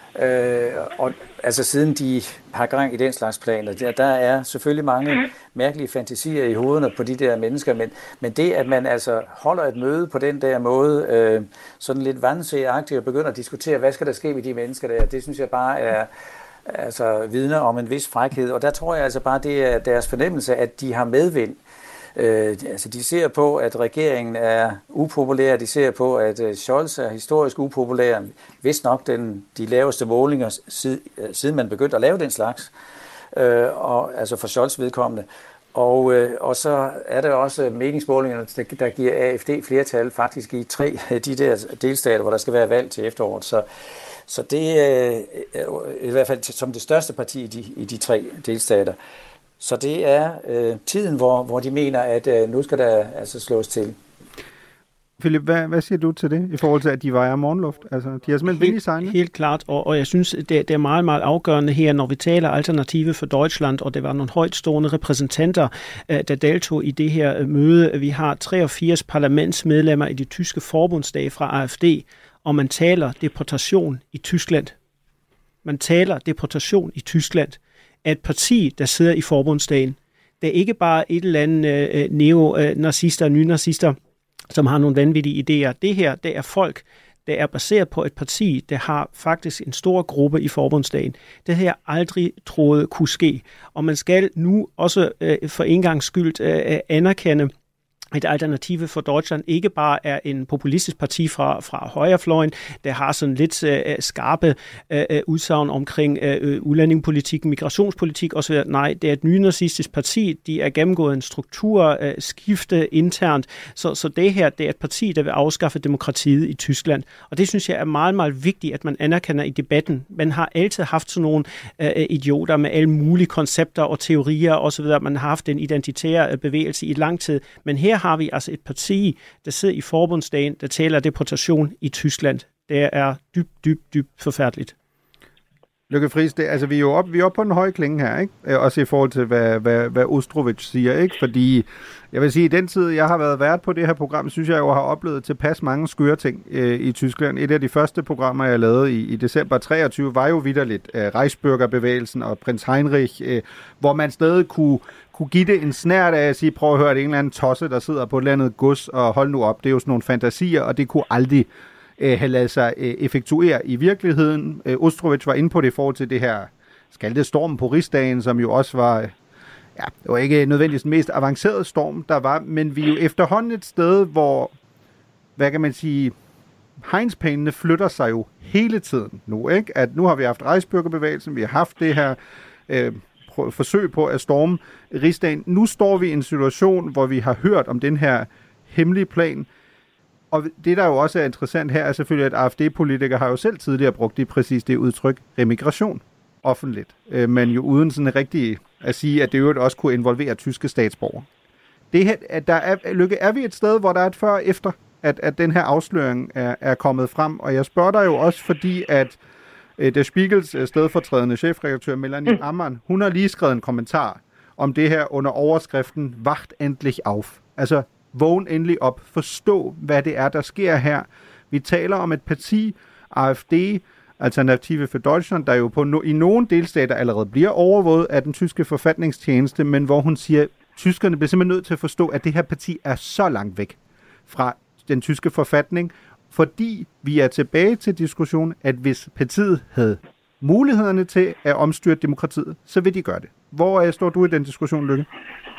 Speaker 7: Og altså siden de har gang i den slags planer, der er selvfølgelig mange mærkelige fantasier i hovederne på de der mennesker, men det, at man altså holder et møde på den der måde, sådan lidt vandseagtigt og begynder at diskutere, hvad skal der ske med de mennesker der, det synes jeg bare er altså vidner om en vis frækhed, og der tror jeg altså bare, det er deres fornemmelse, at de har medvind. Altså de ser på, at regeringen er upopulær, de ser på, at Scholz er historisk upopulær, vist nok de laveste målinger, siden man begyndte at lave den slags, og altså for Scholz vedkommende. Og så er der også meningsmålingerne, der giver AfD flertal faktisk i 3 af de der delstater, hvor der skal være valg til efteråret. Så det er i hvert fald som det største parti i de 3 delstater. Så det er tiden, hvor de mener, at nu skal der altså slås til.
Speaker 4: Philip, hvad siger du til det, i forhold til, at de vejer morgenluft? Altså, de har simpelthen vildt sejne.
Speaker 8: Helt klart, og jeg synes, det er meget, meget afgørende her, når vi taler Alternative for Deutschland, og det var nogle højtstående repræsentanter, der deltog i det her møde. Vi har 83 parlamentsmedlemmer i de tyske forbundsdag fra AfD, og man taler deportation i Tyskland. Man taler deportation i Tyskland. Et parti, der sidder i forbundsdagen, det er ikke bare et eller andet neo-nazister, nynazister, som har nogle vanvittige idéer. Det her, det er folk, der er baseret på et parti, der har faktisk en stor gruppe i forbundsdagen. Det her aldrig troede kunne ske. Og man skal nu også for en gangs skyld anerkende, et Alternative for Deutschland ikke bare er en populistisk parti fra højrefløjen, der har sådan lidt skarpe udsagn omkring udlændingepolitik, migrationspolitik osv. Nej, det er et nynazistisk parti. De er gennemgået en strukturskifte internt. Så det her, det er et parti, der vil afskaffe demokratiet i Tyskland. Og det synes jeg er meget, meget vigtigt, at man anerkender i debatten. Man har altid haft sådan nogle idioter med alle mulige koncepter og teorier osv. Man har haft en identitær bevægelse i lang tid. Men her har vi altså et parti, der sidder i forbundsdagen, der taler deportation i Tyskland. Det er dybt forfærdeligt.
Speaker 4: Lykke Friis, altså vi er oppe på en høj klinge her, ikke? Også i forhold til, hvad Ostrovich siger, ikke? Fordi, jeg vil sige, i den tid, jeg har været vært på det her program, synes jeg jo har oplevet tilpas mange skøre ting i Tyskland. Et af de første programmer, jeg lavede i december 23, var jo vitterligt Reichsbürgerbevægelsen og Prins Heinrich, hvor man stadig kunne give det en snært af at sige, prøv at høre, det er en eller anden tosse, der sidder på et eller andet gods, og hold nu op, det er jo sådan nogle fantasier, og det kunne aldrig have ladet sig effektuere i virkeligheden. Ostrovich var inde på det i forhold til det her skaldte storm på Rigsdagen, som jo også var, det var ikke nødvendigvis den mest avancerede storm, der var, men vi er jo efterhånden et sted, hvor, hvad kan man sige, hegnspælene flytter sig jo hele tiden nu, ikke? At nu har vi haft Reichsbürgerbevægelsen, vi har haft det her forsøg på at storme Rigsdagen. Nu står vi i en situation, hvor vi har hørt om den her hemmelige plan. Og det, der jo også er interessant her, er selvfølgelig, at AfD-politikere har jo selv tidligere brugt præcis det udtryk, remigration, offentligt. Men jo uden sådan rigtig at sige, at det jo også kunne involvere tyske statsborgere. Det her, er vi et sted, hvor der er et før og efter, at den her afsløring er kommet frem? Og jeg spørger dig jo også, fordi at Der Spiegels stedfortrædende chefredaktør Melanie Ammann, hun har lige skrevet en kommentar om det her under overskriften Wacht endlich auf. Altså, vågn endelig op. Forstå, hvad det er, der sker her. Vi taler om et parti, AfD, Alternative for Deutschland, der jo i nogle delstater allerede bliver overvåget af den tyske forfatningstjeneste, men hvor hun siger, at tyskerne bliver simpelthen nødt til at forstå, at det her parti er så langt væk fra den tyske forfatning, fordi vi er tilbage til diskussion, at hvis partiet havde mulighederne til at omstyrte demokratiet, så vil de gøre det. Hvor står du i den diskussion, Lykke?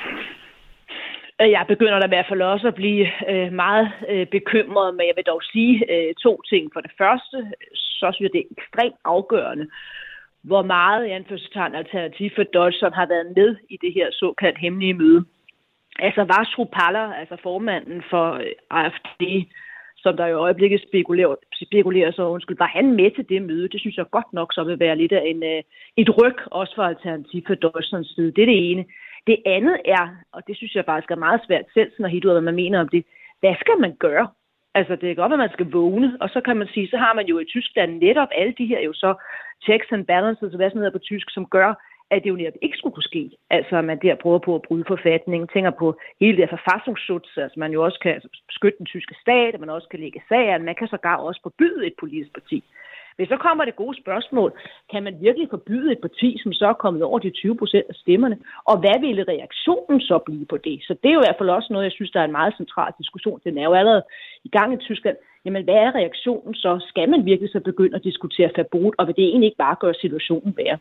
Speaker 6: Jeg begynder da i hvert fald også at blive meget bekymret, men jeg vil dog sige 2 ting. For det første, så synes jeg, det er ekstremt afgørende, hvor meget Alternativ for Deutschland har været med i det her såkaldt hemmelige møde. Altså Václav Havel, altså formanden for AfD, som der i øjeblikket spekulerer så, var han med til det møde? Det synes jeg godt nok så vil være lidt af et ryg, også for Alternativ for Deutschlands side. Det er det ene. Det andet er, og det synes jeg faktisk er meget svært selv, sådan at hitte ud af, hvad man mener om det. Hvad skal man gøre? Altså, det er godt, at man skal vågne, og så kan man sige, så har man jo i Tyskland netop alle de her jo så checks and balances, og hvad sådan hedder på tysk, som gør, at det jo netop ikke skulle kunne ske. Altså, at man der prøver på at bryde forfatningen, tænker på hele det forfassungsschutz, altså man jo også kan beskytte den tyske stat, at man også kan lægge sager, man kan sågar også forbyde et politisk parti. Hvis så kommer det gode spørgsmål, kan man virkelig forbyde et parti, som så er kommet over de 20% af stemmerne? Og hvad ville reaktionen så blive på det? Så det er jo i hvert fald også noget, jeg synes, der er en meget central diskussion. Den er jo allerede i gang i Tyskland. Jamen, hvad er reaktionen så? Skal man virkelig så begynde at diskutere verbot, og vil det egentlig ikke bare gøre situationen værre?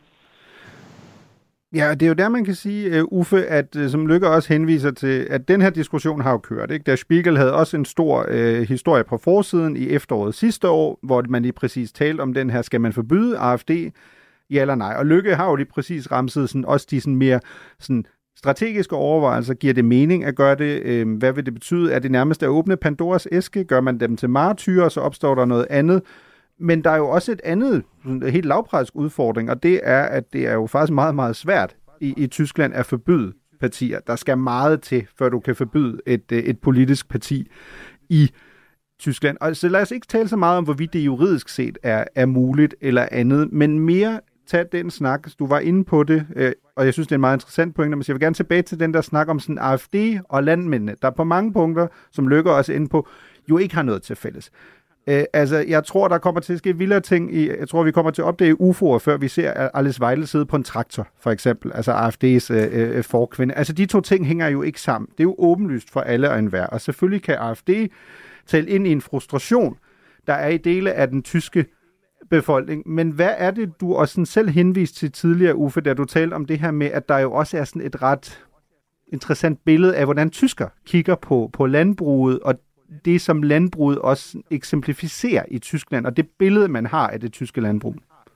Speaker 4: Ja, det er jo der, man kan sige, Uffe, at som Lykke også henviser til, at den her diskussion har jo kørt. Ikke? Der Spiegel havde også en stor historie på forsiden i efteråret sidste år, hvor man lige præcis talte om den her, skal man forbyde AfD? Ja eller nej? Og Lykke har jo lige præcis ramset sådan, også de sådan mere sådan, strategiske overvejelser. Giver det mening at gøre det? Hvad vil det betyde? Er det nærmest at åbne Pandoras æske? Gør man dem til martyrer, så opstår der noget andet? Men der er jo også et andet helt lavpraktisk udfordring, og det er, at det er jo faktisk meget, meget svært i Tyskland at forbyde partier. Der skal meget til, før du kan forbyde et politisk parti i Tyskland. Og så lad os ikke tale så meget om, hvorvidt det juridisk set er muligt eller andet, men mere tage den snak. Du var inde på det, og jeg synes, det er en meget interessant pointe, men jeg vil gerne tilbage til den der snak om sådan AfD og landmændene, der på mange punkter, som Lykke også inde på, jo ikke har noget til fælles. Altså, jeg tror, der kommer til at ske vildere ting. Jeg tror, vi kommer til at opdage UFO'er, før vi ser Alice Weidel sidde på en traktor, for eksempel. Altså AfD's forkvinde. Altså, de to ting hænger jo ikke sammen. Det er jo åbenlyst for alle og enhver. Og selvfølgelig kan AfD tale ind i en frustration, der er i dele af den tyske befolkning. Men hvad er det, du også selv henviste til tidligere, Uffe, da du talte om det her med, at der jo også er sådan et ret interessant billede af, hvordan tysker kigger på landbruget, og det, som landbruget også eksemplificerer i Tyskland, og det billede, man har af det tyske landbrug.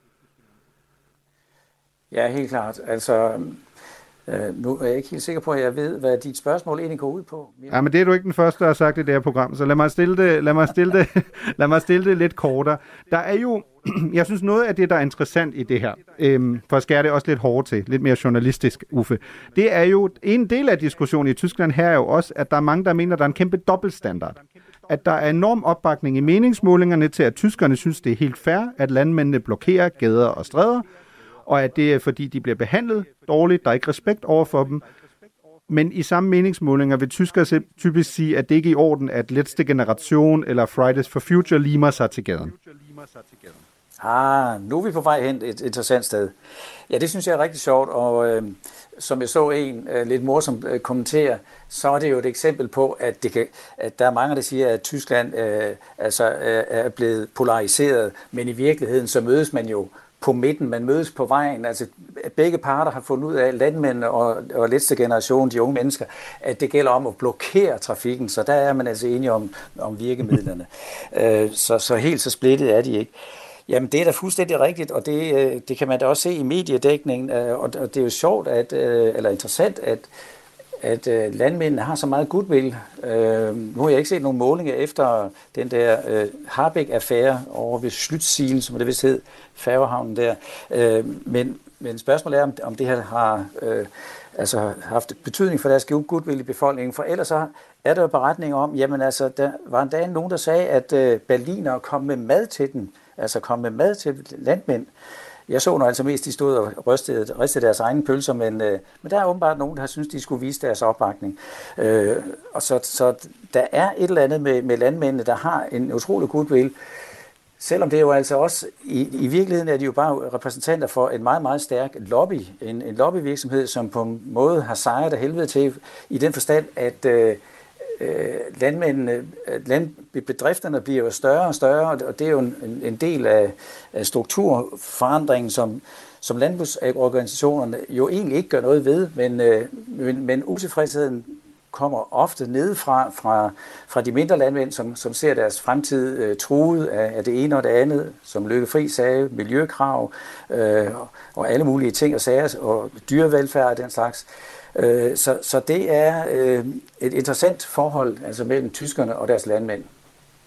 Speaker 7: Ja, helt klart. Altså, nu er jeg ikke helt sikker på, at jeg ved, hvad dit spørgsmål egentlig går ud på.
Speaker 4: Ja, men det er du ikke den første, der har sagt i det her program, så lad mig stille det lidt kortere. Der er jo, jeg synes, noget af det, der er interessant i det her, for at skære det også lidt hårdt til, lidt mere journalistisk, Uffe, det er jo, en del af diskussionen i Tyskland her er jo også, at der er mange, der mener, at der er en kæmpe dobbeltstandard. At der er enorm opbakning i meningsmålingerne til, at tyskerne synes, det er helt fair, at landmændene blokerer gader og stræder, og at det er, fordi de bliver behandlet dårligt, der er ikke respekt over for dem. Men i samme meningsmålinger vil tyskere typisk sige, at det ikke er i orden, at Letzte Generation eller Fridays for Future limer sig til gaden.
Speaker 7: Nu er vi på vej hen et interessant sted. Ja, det synes jeg er rigtig sjovt, og som jeg så en lidt morsom kommentere, så er det jo et eksempel på, at der er mange, der siger, at Tyskland er blevet polariseret, men i virkeligheden så mødes man jo på midten, man mødes på vejen. Altså begge parter har fundet ud af, landmændene og Letzte Generation, de unge mennesker, at det gælder om at blokere trafikken, så der er man altså enige om virkemidlerne. Så helt så splittet er de ikke. Jamen, det er da fuldstændig rigtigt, og det kan man da også se i mediedækningen, og det er jo sjovt, eller interessant, at landmændene har så meget goodwill. Nu har jeg ikke set nogen målinger efter den der Habeck-affære over ved Schlytziel, som det vist hed, færgehavnen der. Men spørgsmålet er, om det her har haft betydning for deres goodwill i befolkningen, for ellers så er der jo beretninger om, jamen altså, der var endda nogen, der sagde, at berlinere kom med mad til den, altså kom med mad til landmænd. Jeg så nu altså mest, de stod og ristede deres egne pølser, men der er åbenbart nogen, der har syntes, de skulle vise deres opbakning. Og så der er et eller andet med landmændene, der har en utrolig goodwill. Selvom det er jo altså også, i virkeligheden er de jo bare repræsentanter for en meget, meget stærk lobby. En lobbyvirksomhed, som på en måde har sejret af helvede til, i den forstand, at bedrifterne bliver jo større og større, og det er jo en del af strukturforandringen, som landbrugsorganisationerne jo egentlig ikke gør noget ved, men utilfredsheden kommer ofte ned fra de mindre landmænd, som ser deres fremtid truet af det ene og det andet, som Lykke Friis sagde, miljøkrav og alle mulige ting og sager, og dyrevelfærd og den slags. Så det er et interessant forhold altså mellem tyskerne og deres landmænd.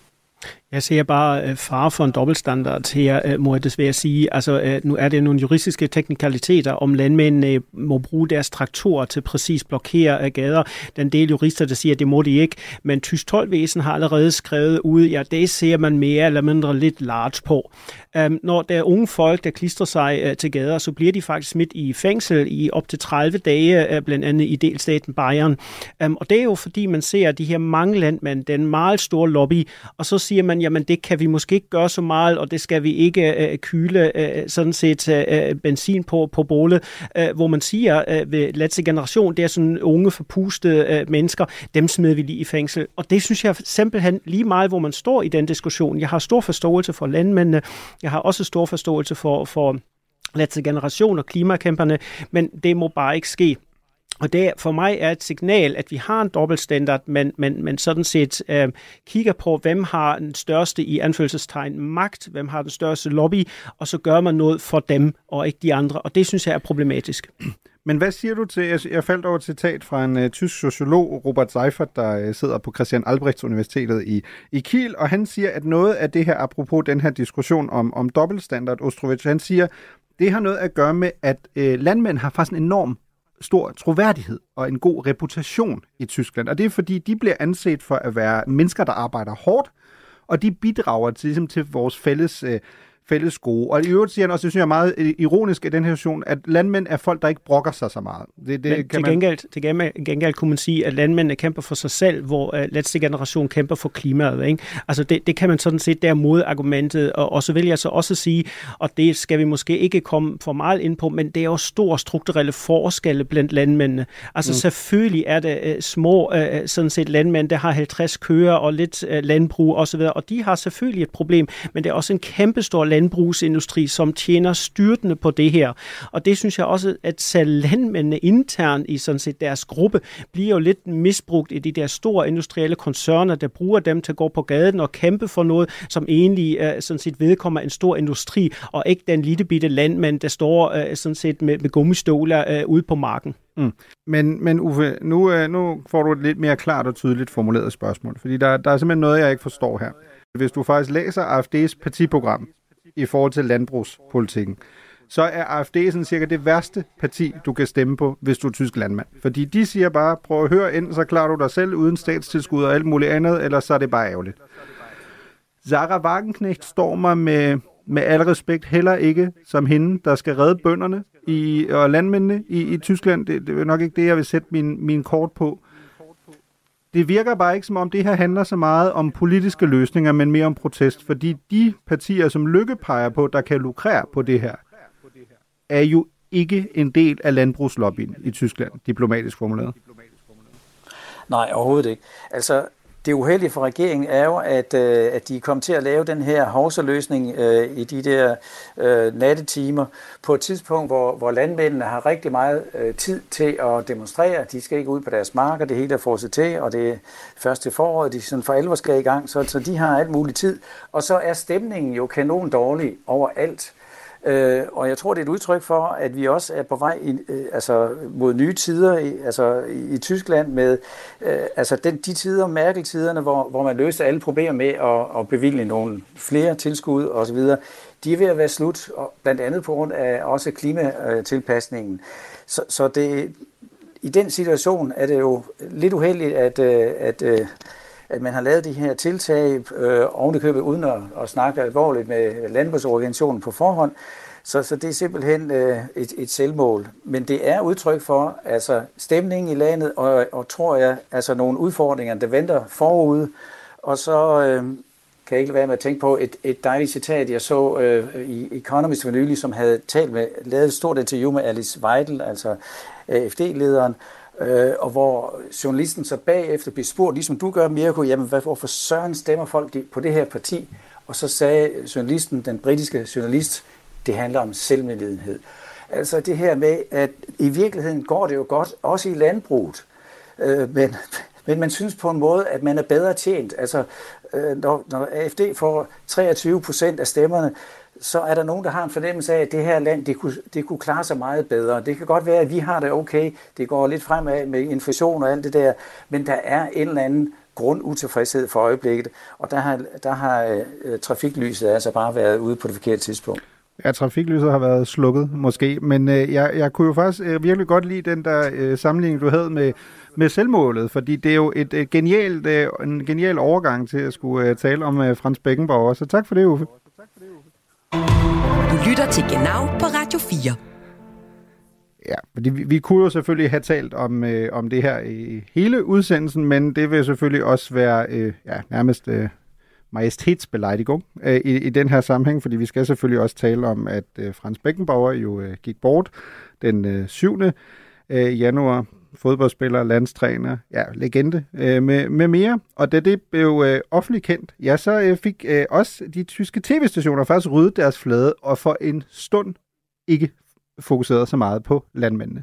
Speaker 8: Jeg ser bare fare for en dobbeltstandard her, må jeg desværre sige. Altså, nu er det nogle juridiske teknikaliteter, om landmændene må bruge deres traktorer til præcis blokere gader. Den del jurister, der siger, at det må de ikke. Men tysk toldvæsen har allerede skrevet ud, ja, det ser man mere eller mindre lidt large på. Når der er unge folk, der klistrer sig til gader, så bliver de faktisk smidt i fængsel i op til 30 dage, blandt andet i delstaten Bayern. Og det er jo fordi, man ser de her mange landmænd, den meget store lobby, og så siger man, jamen det kan vi måske ikke gøre så meget, og det skal vi ikke kyle sådan set benzin på bålet, hvor man siger ved letzte generation, det er sådan unge forpustede mennesker, dem smider vi lige i fængsel. Og det synes jeg simpelthen lige meget, hvor man står i den diskussion. Jeg har stor forståelse for landmændene, jeg har også stor forståelse for letzte generation og klimakæmperne, men det må bare ikke ske. Og det for mig er et signal, at vi har en dobbeltstandard, men sådan set kigger på, hvem har den største i anførselstegn magt, hvem har den største lobby, og så gør man noget for dem og ikke de andre. Og det synes jeg er problematisk.
Speaker 4: Men hvad siger du til, jeg faldt over et citat fra en tysk sociolog, Robert Seifert, der sidder på Christian Albrechts Universitetet i Kiel, og han siger, at noget af det her, apropos den her diskussion om dobbeltstandard, Ostrovich, han siger, det har noget at gøre med, at landmænd har faktisk en enorm stor troværdighed og en god reputation i Tyskland. Og det er fordi, de bliver anset for at være mennesker, der arbejder hårdt, og de bidrager til vores fælles gode. Og i øvrigt siger han også, det synes jeg er meget ironisk i den her situation, at landmænd er folk, der ikke brokker sig så meget.
Speaker 8: Til gengæld kunne man sige, at landmændene kæmper for sig selv, hvor letzte generation kæmper for klimaet. Ikke? Altså det kan man sådan set der modargumentet, og så vil jeg så også sige, og det skal vi måske ikke komme for meget ind på, men det er jo store strukturelle forskelle blandt landmændene. Altså selvfølgelig er det små sådan set landmænd, der har 50 køer og lidt landbrug osv., og de har selvfølgelig et problem, men det er også en kæmpestor landbrugsindustri, som tjener styrtende på det her. Og det synes jeg også, at selv landmændene internt i sådan set deres gruppe bliver jo lidt misbrugt i de der store industrielle koncerner, der bruger dem til at gå på gaden og kæmpe for noget, som egentlig sådan set vedkommer en stor industri, og ikke den lille bitte landmand, der står sådan set med gummistøvler ude på marken.
Speaker 4: Men Uffe, nu får du et lidt mere klart og tydeligt formuleret spørgsmål, fordi der er simpelthen noget, jeg ikke forstår her. Hvis du faktisk læser AfD's partiprogram i forhold til landbrugspolitikken, så er AfD sådan cirka det værste parti, du kan stemme på, hvis du er tysk landmand. Fordi de siger bare, prøv at høre ind, så klarer du dig selv uden statstilskud og alt muligt andet, ellers så er det bare ærgerligt. Sarah Wagenknecht står mig med al respekt heller ikke som hende, der skal redde bønderne og landmændene i Tyskland. Det er nok ikke det, jeg vil sætte min kort på. Det virker bare ikke, som om det her handler så meget om politiske løsninger, men mere om protest, fordi de partier, som Lykke peger på, der kan lukrere på det her, er jo ikke en del af landbrugslobbyen i Tyskland, diplomatisk formuleret.
Speaker 7: Nej, overhovedet ikke. Altså, det uheldige for regeringen er jo, at de kom til at lave den her hovsaløsning i de der nattetimer på et tidspunkt, hvor landmændene har rigtig meget tid til at demonstrere. De skal ikke ud på deres marker, det hele er fortsat til, og det er først til foråret, de sådan for alvor skal i gang, så de har alt muligt tid. Og så er stemningen jo kanon dårlig overalt. Og jeg tror, det er et udtryk for, at vi også er på vej mod nye tider i Tyskland med de tider, Merkel-tiderne, hvor man løste alle problemer med at bevilge nogle flere tilskud osv. De er ved at være slut, blandt andet på grund af også klimatilpasningen. Så det, i den situation er det jo lidt uheldigt, at man har lavet de her tiltag ovenikøbet uden at snakke alvorligt med landbrugsorganisationen på forhånd. Så det er simpelthen et selvmål. Men det er udtryk for stemningen i landet, og tror jeg, nogle udfordringer, der venter forude. Og så kan jeg ikke lade være med at tænke på et dejligt citat, jeg så i Economist for nylig, som havde lavet et stort interview med Alice Weidel, altså AfD-lederen, og hvor journalisten så bagefter blev spurgt, ligesom du gør, Mirko, jamen hvorfor søren stemmer folk på det her parti? Og så sagde journalisten, den britiske journalist, det handler om selvmedlidenhed. Altså det her med, at i virkeligheden går det jo godt, også i landbruget, men man synes på en måde, at man er bedre tjent. Altså når AfD får 23% af stemmerne, så er der nogen, der har en fornemmelse af, at det her land, det kunne klare sig meget bedre. Det kan godt være, at vi har det okay, det går lidt fremad med inflation og alt det der, men der er en eller anden grundutilfredshed for øjeblikket, og der har trafiklyset altså bare været ude på det forkerte tidspunkt.
Speaker 4: Ja, trafiklyset har været slukket måske, men jeg kunne jo faktisk virkelig godt lide den der sammenligning, du havde med selvmålet, fordi det er jo en genial overgang til at skulle tale om Frans Beckenbauer, så tak for det, Uffe.
Speaker 2: Du lytter til Genau på Radio 4.
Speaker 4: Ja, fordi vi kunne jo selvfølgelig have talt om det her i hele udsendelsen, men det vil selvfølgelig også være nærmest majestætsbeleidigung i den her sammenhæng, fordi vi skal selvfølgelig også tale om, at Frans Beckenbauer jo gik bort den 7. januar. Fodboldspiller, landstræner, legende med mere. Og da det blev offentligt kendt, så fik også de tyske tv-stationer faktisk ryddet deres flade, og for en stund ikke fokuseret så meget på landmændene.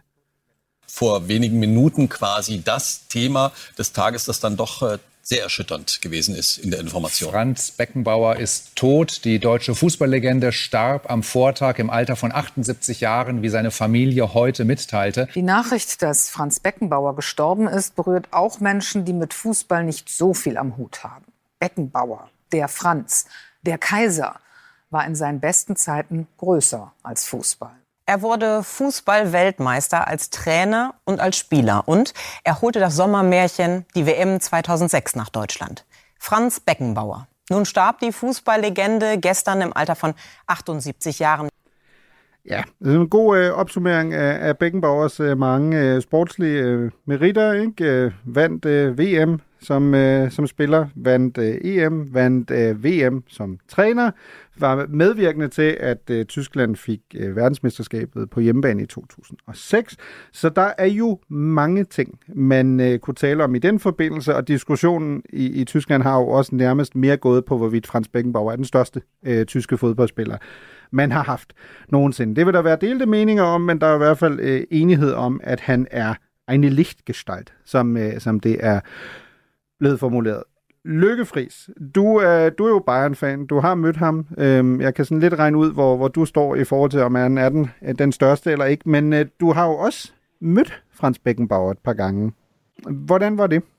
Speaker 13: Vor wenigen Minuten quasi das Thema des Tages, das dann doch sehr erschütternd gewesen ist in der Information.
Speaker 14: Frans Beckenbauer ist tot. Die deutsche Fußballlegende starb am Vortag im Alter von 78 Jahren, wie seine Familie heute mitteilte.
Speaker 15: Die Nachricht, dass Frans Beckenbauer gestorben ist, berührt auch Menschen, die mit Fußball nicht so viel am Hut haben. Beckenbauer, der Franz, der Kaiser, war in seinen besten Zeiten größer als Fußball.
Speaker 16: Er wurde Fußball-Weltmeister als Trainer und als Spieler und er holte das Sommermärchen, die WM 2006 nach Deutschland. Frans Beckenbauer. Nun starb die Fußballlegende gestern im Alter von 78 Jahren.
Speaker 4: Ja, det er en god opsummering af Beckenbauers mange sportslige meritter, ikke? Vandt VM som spiller, vandt EM, vandt VM som træner, var medvirkende til, at Tyskland fik verdensmesterskabet på hjemmebane i 2006. Så der er jo mange ting, man kunne tale om i den forbindelse, og diskussionen i Tyskland har jo også nærmest mere gået på, hvorvidt Frans Beckenbauer er den største tyske fodboldspiller, man har haft nogensinde. Det vil der være delte meninger om, men der er i hvert fald enighed om, at han er eine Lichtgestalt, som det er blevet formuleret. Lykke Friis, du er jo Bayern-fan. Du har mødt ham. Jeg kan sådan lidt regne ud, hvor du står i forhold til, om han er den største eller ikke. Men du har jo også mødt Frans Beckenbauer et par gange. Hvordan var det?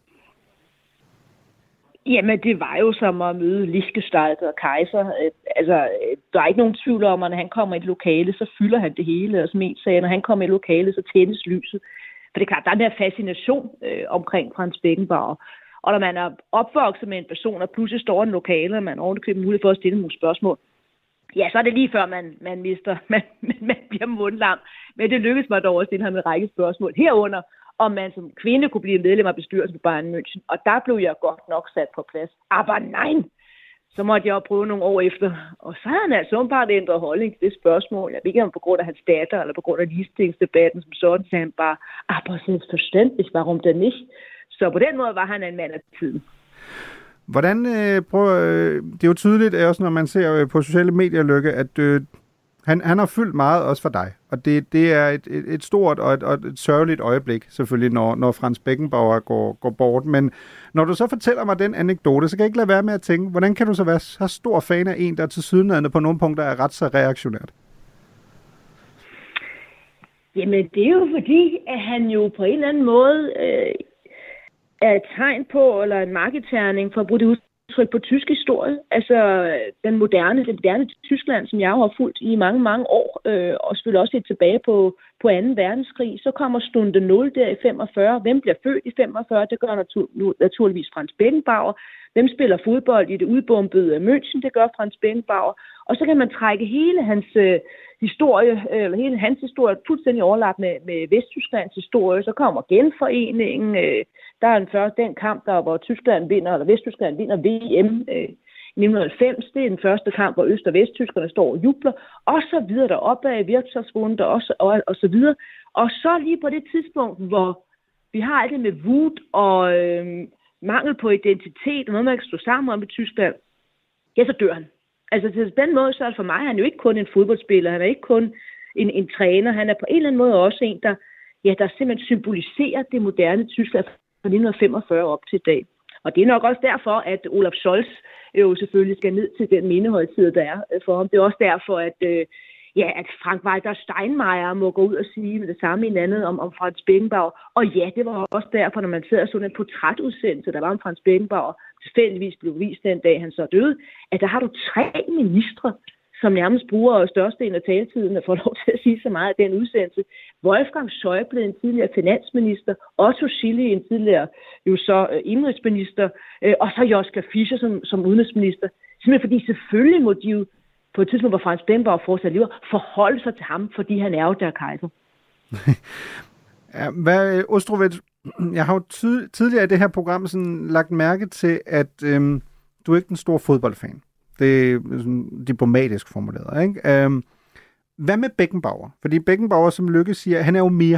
Speaker 6: Jamen, det var jo som at møde Lichtgestalt og Kaiser. Der er ikke nogen tvivl om, at når han kommer i et lokale, så fylder han det hele. Og som en sagde, når han kommer i et lokale, så tændes lyset. For det er klart, der er den her fascination omkring Frans Beckenbauer. Og når man er opvokset med en person, og pludselig står i en lokale, og man ovenikøbet mulighed for at stille nogle spørgsmål, ja, så er det lige før, man mister, man bliver mundlam. Men det lykkedes mig dog at stille ham en række spørgsmål herunder, om man som kvinde kunne blive medlem af bestyrelsen på Bayern München. Og der blev jeg godt nok sat på plads. Aber nej! Så måtte jeg jo prøve nogle år efter. Og så har han altså åbenbart ændret holdning til det spørgsmål. Jeg ved ikke, om på grund af hans datter, eller på grund af ligestillingsdebatten, som sådan, sagde han bare, aber selbstverständlich, warum denn nicht? Så på den måde var han en mand af tiden.
Speaker 4: Hvordan det er jo tydeligt, også når man ser på sociale medier, Lykke, at han har fyldt meget også for dig. Og det er et stort og et sørgeligt øjeblik, selvfølgelig, når Frans Beckenbauer går bort. Men når du så fortæller mig den anekdote, så kan jeg ikke lade være med at tænke, hvordan kan du så være så stor fan af en, der tilsyneladende på nogle punkter er ret så reaktionært?
Speaker 6: Jamen, det er jo fordi, at han jo på en eller anden måde er et tegn på, eller en markedterning for at bruge det udtryk på tysk historie. Altså det moderne Tyskland, som jeg jo har fulgt i mange, mange år, og selvfølgelig også helt tilbage på 2. verdenskrig. Så kommer Stunde 0 der i 45. Hvem bliver født i 45? Det gør naturligvis Frans Beckenbauer. Hvem spiller fodbold i det udbombede München? Det gør Frans Beckenbauer. Og så kan man trække hele hans historie fuldstændig overlappet med Vesttysklands historie. Så kommer genforeningen. Der er den kamp, hvor Tyskland vinder, eller Vesttyskland vinder VM i 1990. Det er den første kamp, hvor Øst- og Vesttyskerne står og jubler. Og så videre deroppe af Wirtschaftswunder og så videre. Og så lige på det tidspunkt, hvor vi har alt det med wut og mangel på identitet, og noget, man kan stå sammen om i Tyskland, ja, så dør han. Altså til den måde, så er det for mig, han er jo ikke kun en fodboldspiller, han er ikke kun en træner, han er på en eller anden måde også en, der simpelthen symboliserer det moderne Tyskland fra 1945 op til i dag. Og det er nok også derfor, at Olaf Scholz jo selvfølgelig skal ned til den mindehøjtid, der er for ham. Det er også derfor, at ja, at Frank-Walter Steinmeier må gå ud og sige det samme i en andet om Frans Beckenbauer. Og ja, det var også derfor, når man sidder sådan en portrætudsendelse, der var om Frans Beckenbauer, tilfældigvis blev vist den dag, han så døde, at der har du 3 ministre, som nærmest bruger størstedelen af taletiden og får lov til at sige så meget af den udsendelse. Wolfgang Schäuble, en tidligere finansminister, Otto Schily, en tidligere jo så indrigsminister, og så Joschka Fischer som udenrigsminister. Simpelthen fordi selvfølgelig må de jo på et tidspunkt, hvor Frans Beckenbauer fortsat lever, forholde sig til ham, fordi han er jo der kejser.
Speaker 4: Ja, Ostrovets, jeg har jo tidligere i det her program sådan lagt mærke til, at du er ikke en stor fodboldfan. Det er sådan diplomatisk formuleret, ikke? Hvad med Beckenbauer? Fordi Beckenbauer, som Lykke siger, han er jo mere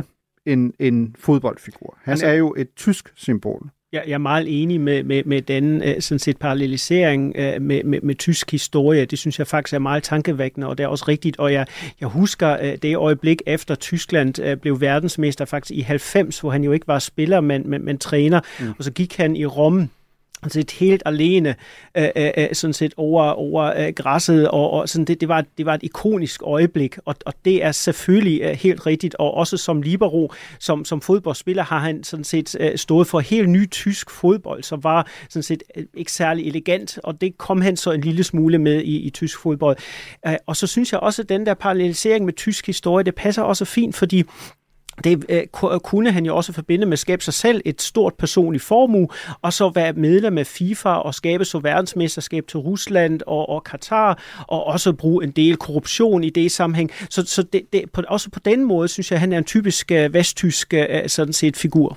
Speaker 4: en fodboldfigur. Han er jo et tysk symbol.
Speaker 8: Jeg er meget enig med den sådan set parallelisering med tysk historie. Det synes jeg faktisk er meget tankevækkende, og det er også rigtigt. Og jeg husker det øjeblik efter Tyskland blev verdensmester faktisk i 90, hvor han jo ikke var spiller, men træner. Og så gik han i Rom sådan helt alene sådan set over græsset, og sådan det var et ikonisk øjeblik, og det er selvfølgelig helt rigtigt, og også som libero, som fodboldspiller har han sådan set stået for helt ny tysk fodbold, som var sådan set ikke særlig elegant, og det kom han så en lille smule med i tysk fodbold. Og så synes jeg også, at den der parallelisering med tysk historie, det passer også fint, fordi det kunne han jo også forbinde med at skabe sig selv et stort personligt formue, og så være medlem af FIFA og skabe så verdensmesterskab til Rusland og Katar, og også bruge en del korruption i det sammenhæng. Så også på den måde, synes jeg, han er en typisk vesttysk sådan set figur.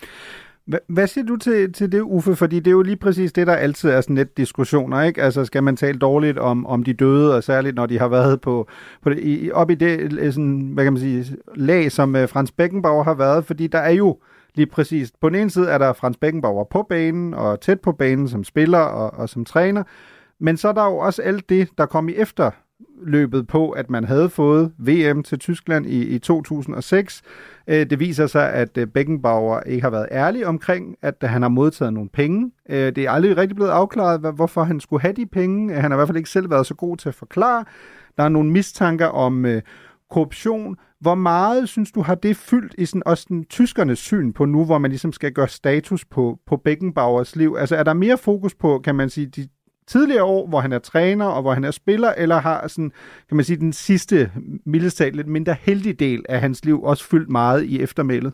Speaker 4: Hvad siger du til det, Uffe? Fordi det er jo lige præcis det, der altid er sådan lidt diskussioner, ikke? Altså, skal man tale dårligt om de døde, og særligt når de har været op i det sådan, hvad kan man sige, lag, som Frans Beckenbauer har været, fordi der er jo lige præcis, på den ene side er der Frans Beckenbauer på banen, og tæt på banen som spiller og som træner, men så er der jo også alt det, der kom i efterløbet på, at man havde fået VM til Tyskland i 2006. Det viser sig, at Beckenbauer ikke har været ærlig omkring, at han har modtaget nogle penge. Det er aldrig rigtig blevet afklaret, hvorfor han skulle have de penge. Han har i hvert fald ikke selv været så god til at forklare. Der er nogle mistanker om korruption. Hvor meget, synes du, har det fyldt i sådan, også den tyskernes syn på nu, hvor man ligesom skal gøre status på Beckenbauers liv? Altså er der mere fokus på, kan man sige, de tidligere år, hvor han er træner og hvor han er spiller, eller har sådan, kan man sige, den sidste mildest talt lidt mindre heldig del af hans liv også fyldt meget i eftermælet?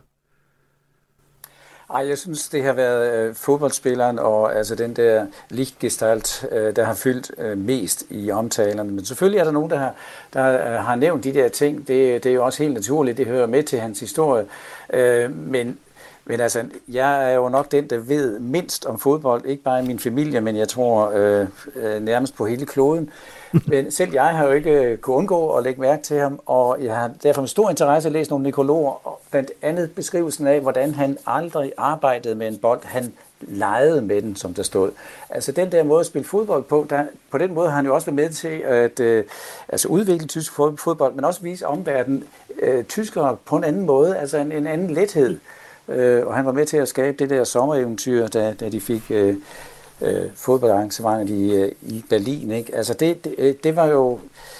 Speaker 7: Jeg synes, det har været fodboldspilleren og altså den der Lichtgestalt, der har fyldt mest i omtalerne. Men selvfølgelig er der nogen, der har nævnt de der ting. Det er jo også helt naturligt, det hører med til hans historie. Men altså, jeg er jo nok den, der ved mindst om fodbold, ikke bare i min familie, men jeg tror nærmest på hele kloden. Men selv jeg har jo ikke kunnet undgå at lægge mærke til ham, og jeg har derfor med stor interesse læst nogle nekrologer, og blandt andet beskrivelsen af, hvordan han aldrig arbejdede med en bold. Han legede med den, som der stod. Altså den der måde at spille fodbold på, på den måde har han jo også været med til at udvikle tysk fodbold, men også vise omverdenen tyskere på en anden måde, altså en anden lethed. Og han var med til at skabe det der sommereventyr, da de fik fodboldarrangementet i Berlin. Ikke? Altså det var jo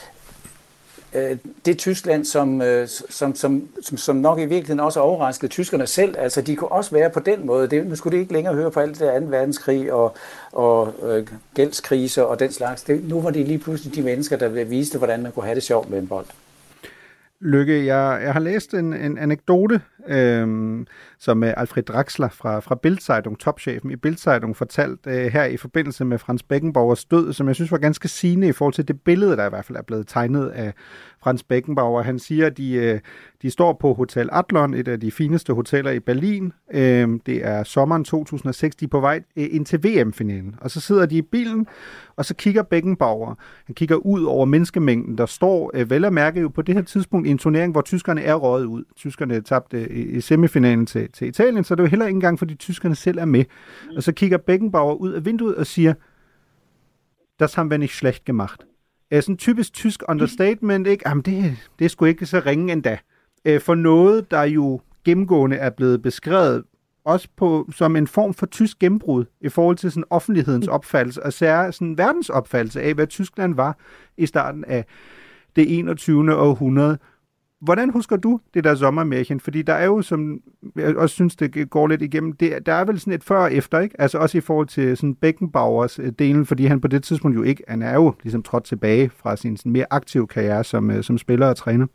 Speaker 7: det Tyskland, som nok i virkeligheden også overraskede tyskerne selv. Altså de kunne også være på den måde. Nu skulle de ikke længere høre på alt det der 2. verdenskrig og gældskriser og den slags. Nu var de lige pludselig de mennesker, der viste, hvordan man kunne have det sjovt med en bold.
Speaker 4: Lykke, jeg har læst en anekdote, som Alfred Draxler fra Bild-Zeitung, topchefen i Bild-Zeitung, fortalt her i forbindelse med Frans Beckenbauers død, som jeg synes var ganske sigende i forhold til det billede, der i hvert fald er blevet tegnet af Frans Beckenbauer. Han siger, at de står på Hotel Adlon, et af de fineste hoteller i Berlin. Det er sommeren 2006, de er på vej ind til VM-finalen. Og så sidder de i bilen, og så kigger Beckenbauer. Han kigger ud over menneskemængden, der står vel at mærke jo på det her tidspunkt i en turnering, hvor tyskerne er røget ud. Tyskerne tabte i semifinalen til Italien, så det er jo heller ikke engang, fordi tyskerne selv er med. Og så kigger Beckenbauer ud af vinduet og siger, das haben wir nicht schlecht gemacht. Sådan typisk tysk understatement, ikke? Jamen det er sgu ikke så ringe endda. For noget, der jo gennemgående er blevet beskrevet også som en form for tysk gennembrud i forhold til sådan offentlighedens opfattelse, og særligt sådan verdens opfattelse af, hvad Tyskland var i starten af det 21. århundrede. Hvordan husker du det der sommermærken? Fordi der er jo, som jeg også synes, det går lidt igennem, der er vel sådan et før og efter, ikke? Altså også i forhold til sådan Beckenbauers delen, fordi han på det tidspunkt jo ikke, han er jo ligesom trådt tilbage fra sin sådan mere aktive karriere som spiller og træner.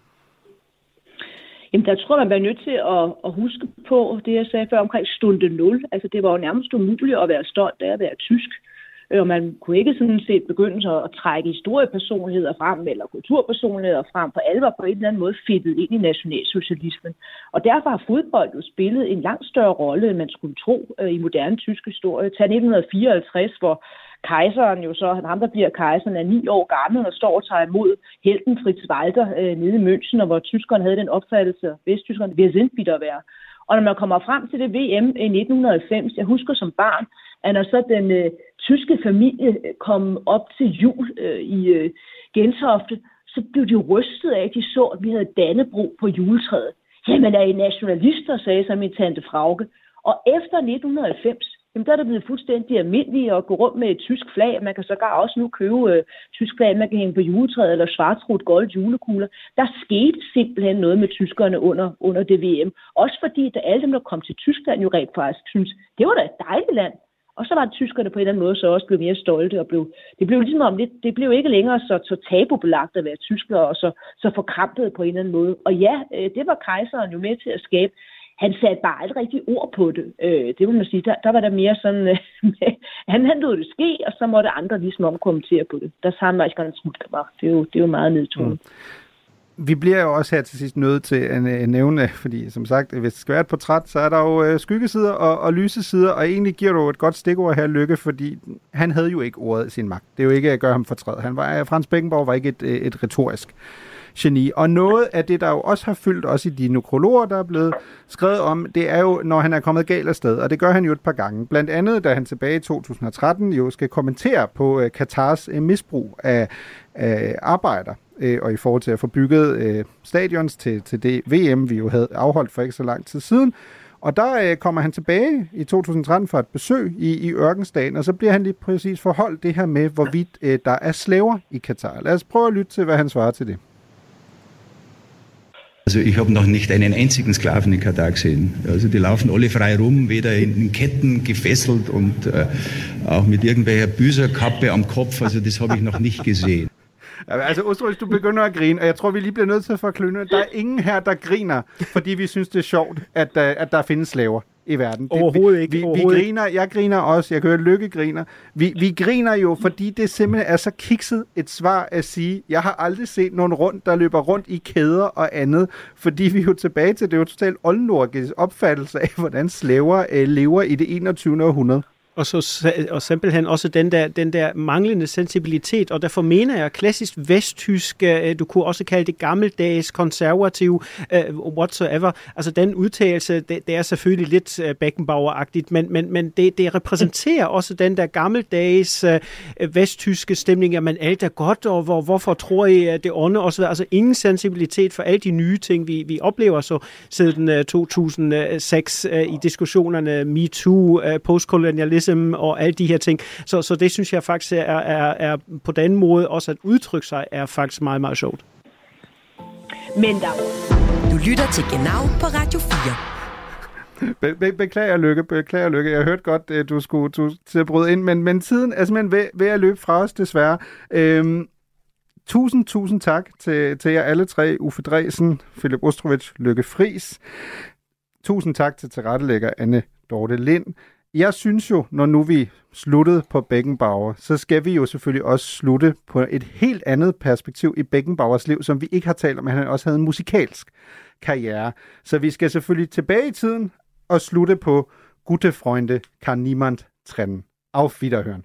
Speaker 6: Jamen, der tror jeg, man bliver nødt til at huske på det, jeg sagde før omkring stunde 0. Altså, det var jo nærmest umuligt at være stolt af at være tysk. Og man kunne ikke sådan set begynde at trække historiepersonligheder frem, eller kulturpersonligheder frem, for alle var på en eller anden måde fedtet ind i nationalsocialismen. Og derfor har fodbold jo spillet en langt større rolle, end man skulle tro i moderne tysk historie. Tag 1954, hvor kejseren jo så, ham der bliver kejseren, er 9 år gammel og står og tager imod helten Fritz Walter nede i München, og hvor tyskerne havde den opfattelse, vesttyskerne, wir sind wieder wer. Og når man kommer frem til det VM i 1990, jeg husker som barn, at når så den tyske familie kom op til jul i Gentofte, så blev de rystet af, at de så, at vi havde Dannebrog på juletræet. Jamen er I nationalister, sagde så min tante Frauke. Og efter 1990, jamen, der er det blevet fuldstændig almindeligt at gå rundt med et tysk flag. Man kan sågar også nu købe tysk flag, man kan hænge på juletræet eller schwarzrot gold julekugler. Der skete simpelthen noget med tyskerne under det VM. Også fordi, da alle dem, der kom til Tyskland, jo rent faktisk synes, det var da et dejligt land. Og så var det tyskerne på en eller anden måde så også blev mere stolte. Og det blev ligesom om lidt, det blev ikke længere så tabubelagt at være tysker og så forkrampet på en eller anden måde. Og ja, det var kejseren jo med til at skabe. Han satte bare aldrig rigtig ord på det. Det vil man sige, der var der mere sådan, han lod det ske, og så måtte andre ligesom kommentere på det. Der har man ikke en smut gemacht. Det er jo meget nedtonet.
Speaker 4: Vi bliver jo også her til sidst nødt til at nævne, fordi som sagt, hvis det skal være et portræt, så er der jo skyggesider og lysesider, og egentlig giver du et godt stikord her, Lykke, fordi han havde jo ikke ordet i sin magt. Det er jo ikke at gøre ham fortræd. Frans Beckenbauer var ikke et retorisk geni. Og noget af det, der jo også har fyldt også i de nekrologer, der er blevet skrevet om, det er jo, når han er kommet galt af sted, og det gør han jo et par gange. Blandt andet, da han tilbage i 2013 jo skal kommentere på Katars misbrug af arbejder, og i forhold til at få bygget stadions til det VM, vi jo havde afholdt for ikke så lang tid siden. Og der kommer han tilbage i 2013 for et besøg i ørkenstaten, og så bliver han lige præcis forholdt det her med, hvorvidt der er slaver i Katar. Lad os prøve at lytte til, hvad han svarer til det.
Speaker 17: Also ich habe noch nicht einen einzigen Sklaven in Katar gesehen. Also die laufen alle frei rum, weder in Ketten gefesselt und auch mit irgendwelcher Büßerkappe am Kopf. Also das habe ich noch nicht gesehen.
Speaker 4: Altså, Osterøs, du begynder at grine, og jeg tror, vi lige bliver nødt til at forklynde. Der er ingen her, der griner, fordi vi synes, det er sjovt, at der findes slaver i verden.
Speaker 8: Overhovedet ikke.
Speaker 4: Vi griner, jeg griner også, jeg kan høre, Lykke griner. Vi griner jo, fordi det simpelthen er så kikset et svar at sige, jeg har aldrig set nogen der løber rundt i kæder og andet, fordi vi er jo tilbage til, det er jo totalt oldnordisk opfattelse af, hvordan slaver lever i det 21. århundrede.
Speaker 8: Og simpelthen også den der manglende sensibilitet, og derfor mener jeg klassisk vesttysk, du kunne også kalde det gammeldags, konservativ, whatsoever. Altså den udtalelse, det er selvfølgelig lidt Beckenbauer-agtigt, men det repræsenterer også den der gammeldags vesttyske stemning, at man alt er godt, og hvorfor tror I det onde osv. Altså ingen sensibilitet for alle de nye ting, vi oplever så siden 2006 i diskussionerne MeToo, postkolonialisme, og alle de her ting. Så det synes jeg faktisk er på den måde også at udtrykke sig er faktisk meget, meget sjovt.
Speaker 6: Men
Speaker 2: du lytter til Genau på Radio
Speaker 4: 4. Beklager Lykke. Jeg hørte godt, du skulle til at bryde ind, men tiden er simpelthen ved at løbe fra os, desværre. Tusind tak til jer alle tre, Uffe Dresen, Philip Ostrovich, Lykke Friis. Tusind tak til tilrettelægger Anne Dorte Lind. Jeg synes jo, når nu vi sluttede på Beckenbauer, så skal vi jo selvfølgelig også slutte på et helt andet perspektiv i Beckenbauers liv, som vi ikke har talt om, at han også havde en musikalsk karriere. Så vi skal selvfølgelig tilbage i tiden og slutte på Gute Freunde kann niemand trennen. Auf Wiederhören.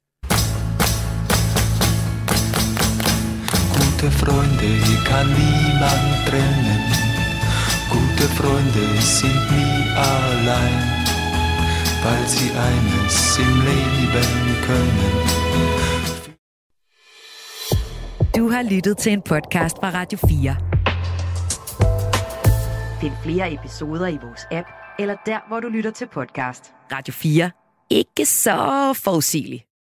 Speaker 18: Gute Freunde kann niemand trennen. Gute Freunde sind nie allein. Weil sie eines im Leben können.
Speaker 2: Du har lyttet til en podcast fra Radio 4. Find flere episoder i vores app, eller der, hvor du lytter til podcast. Radio 4. Ikke så forudsigeligt.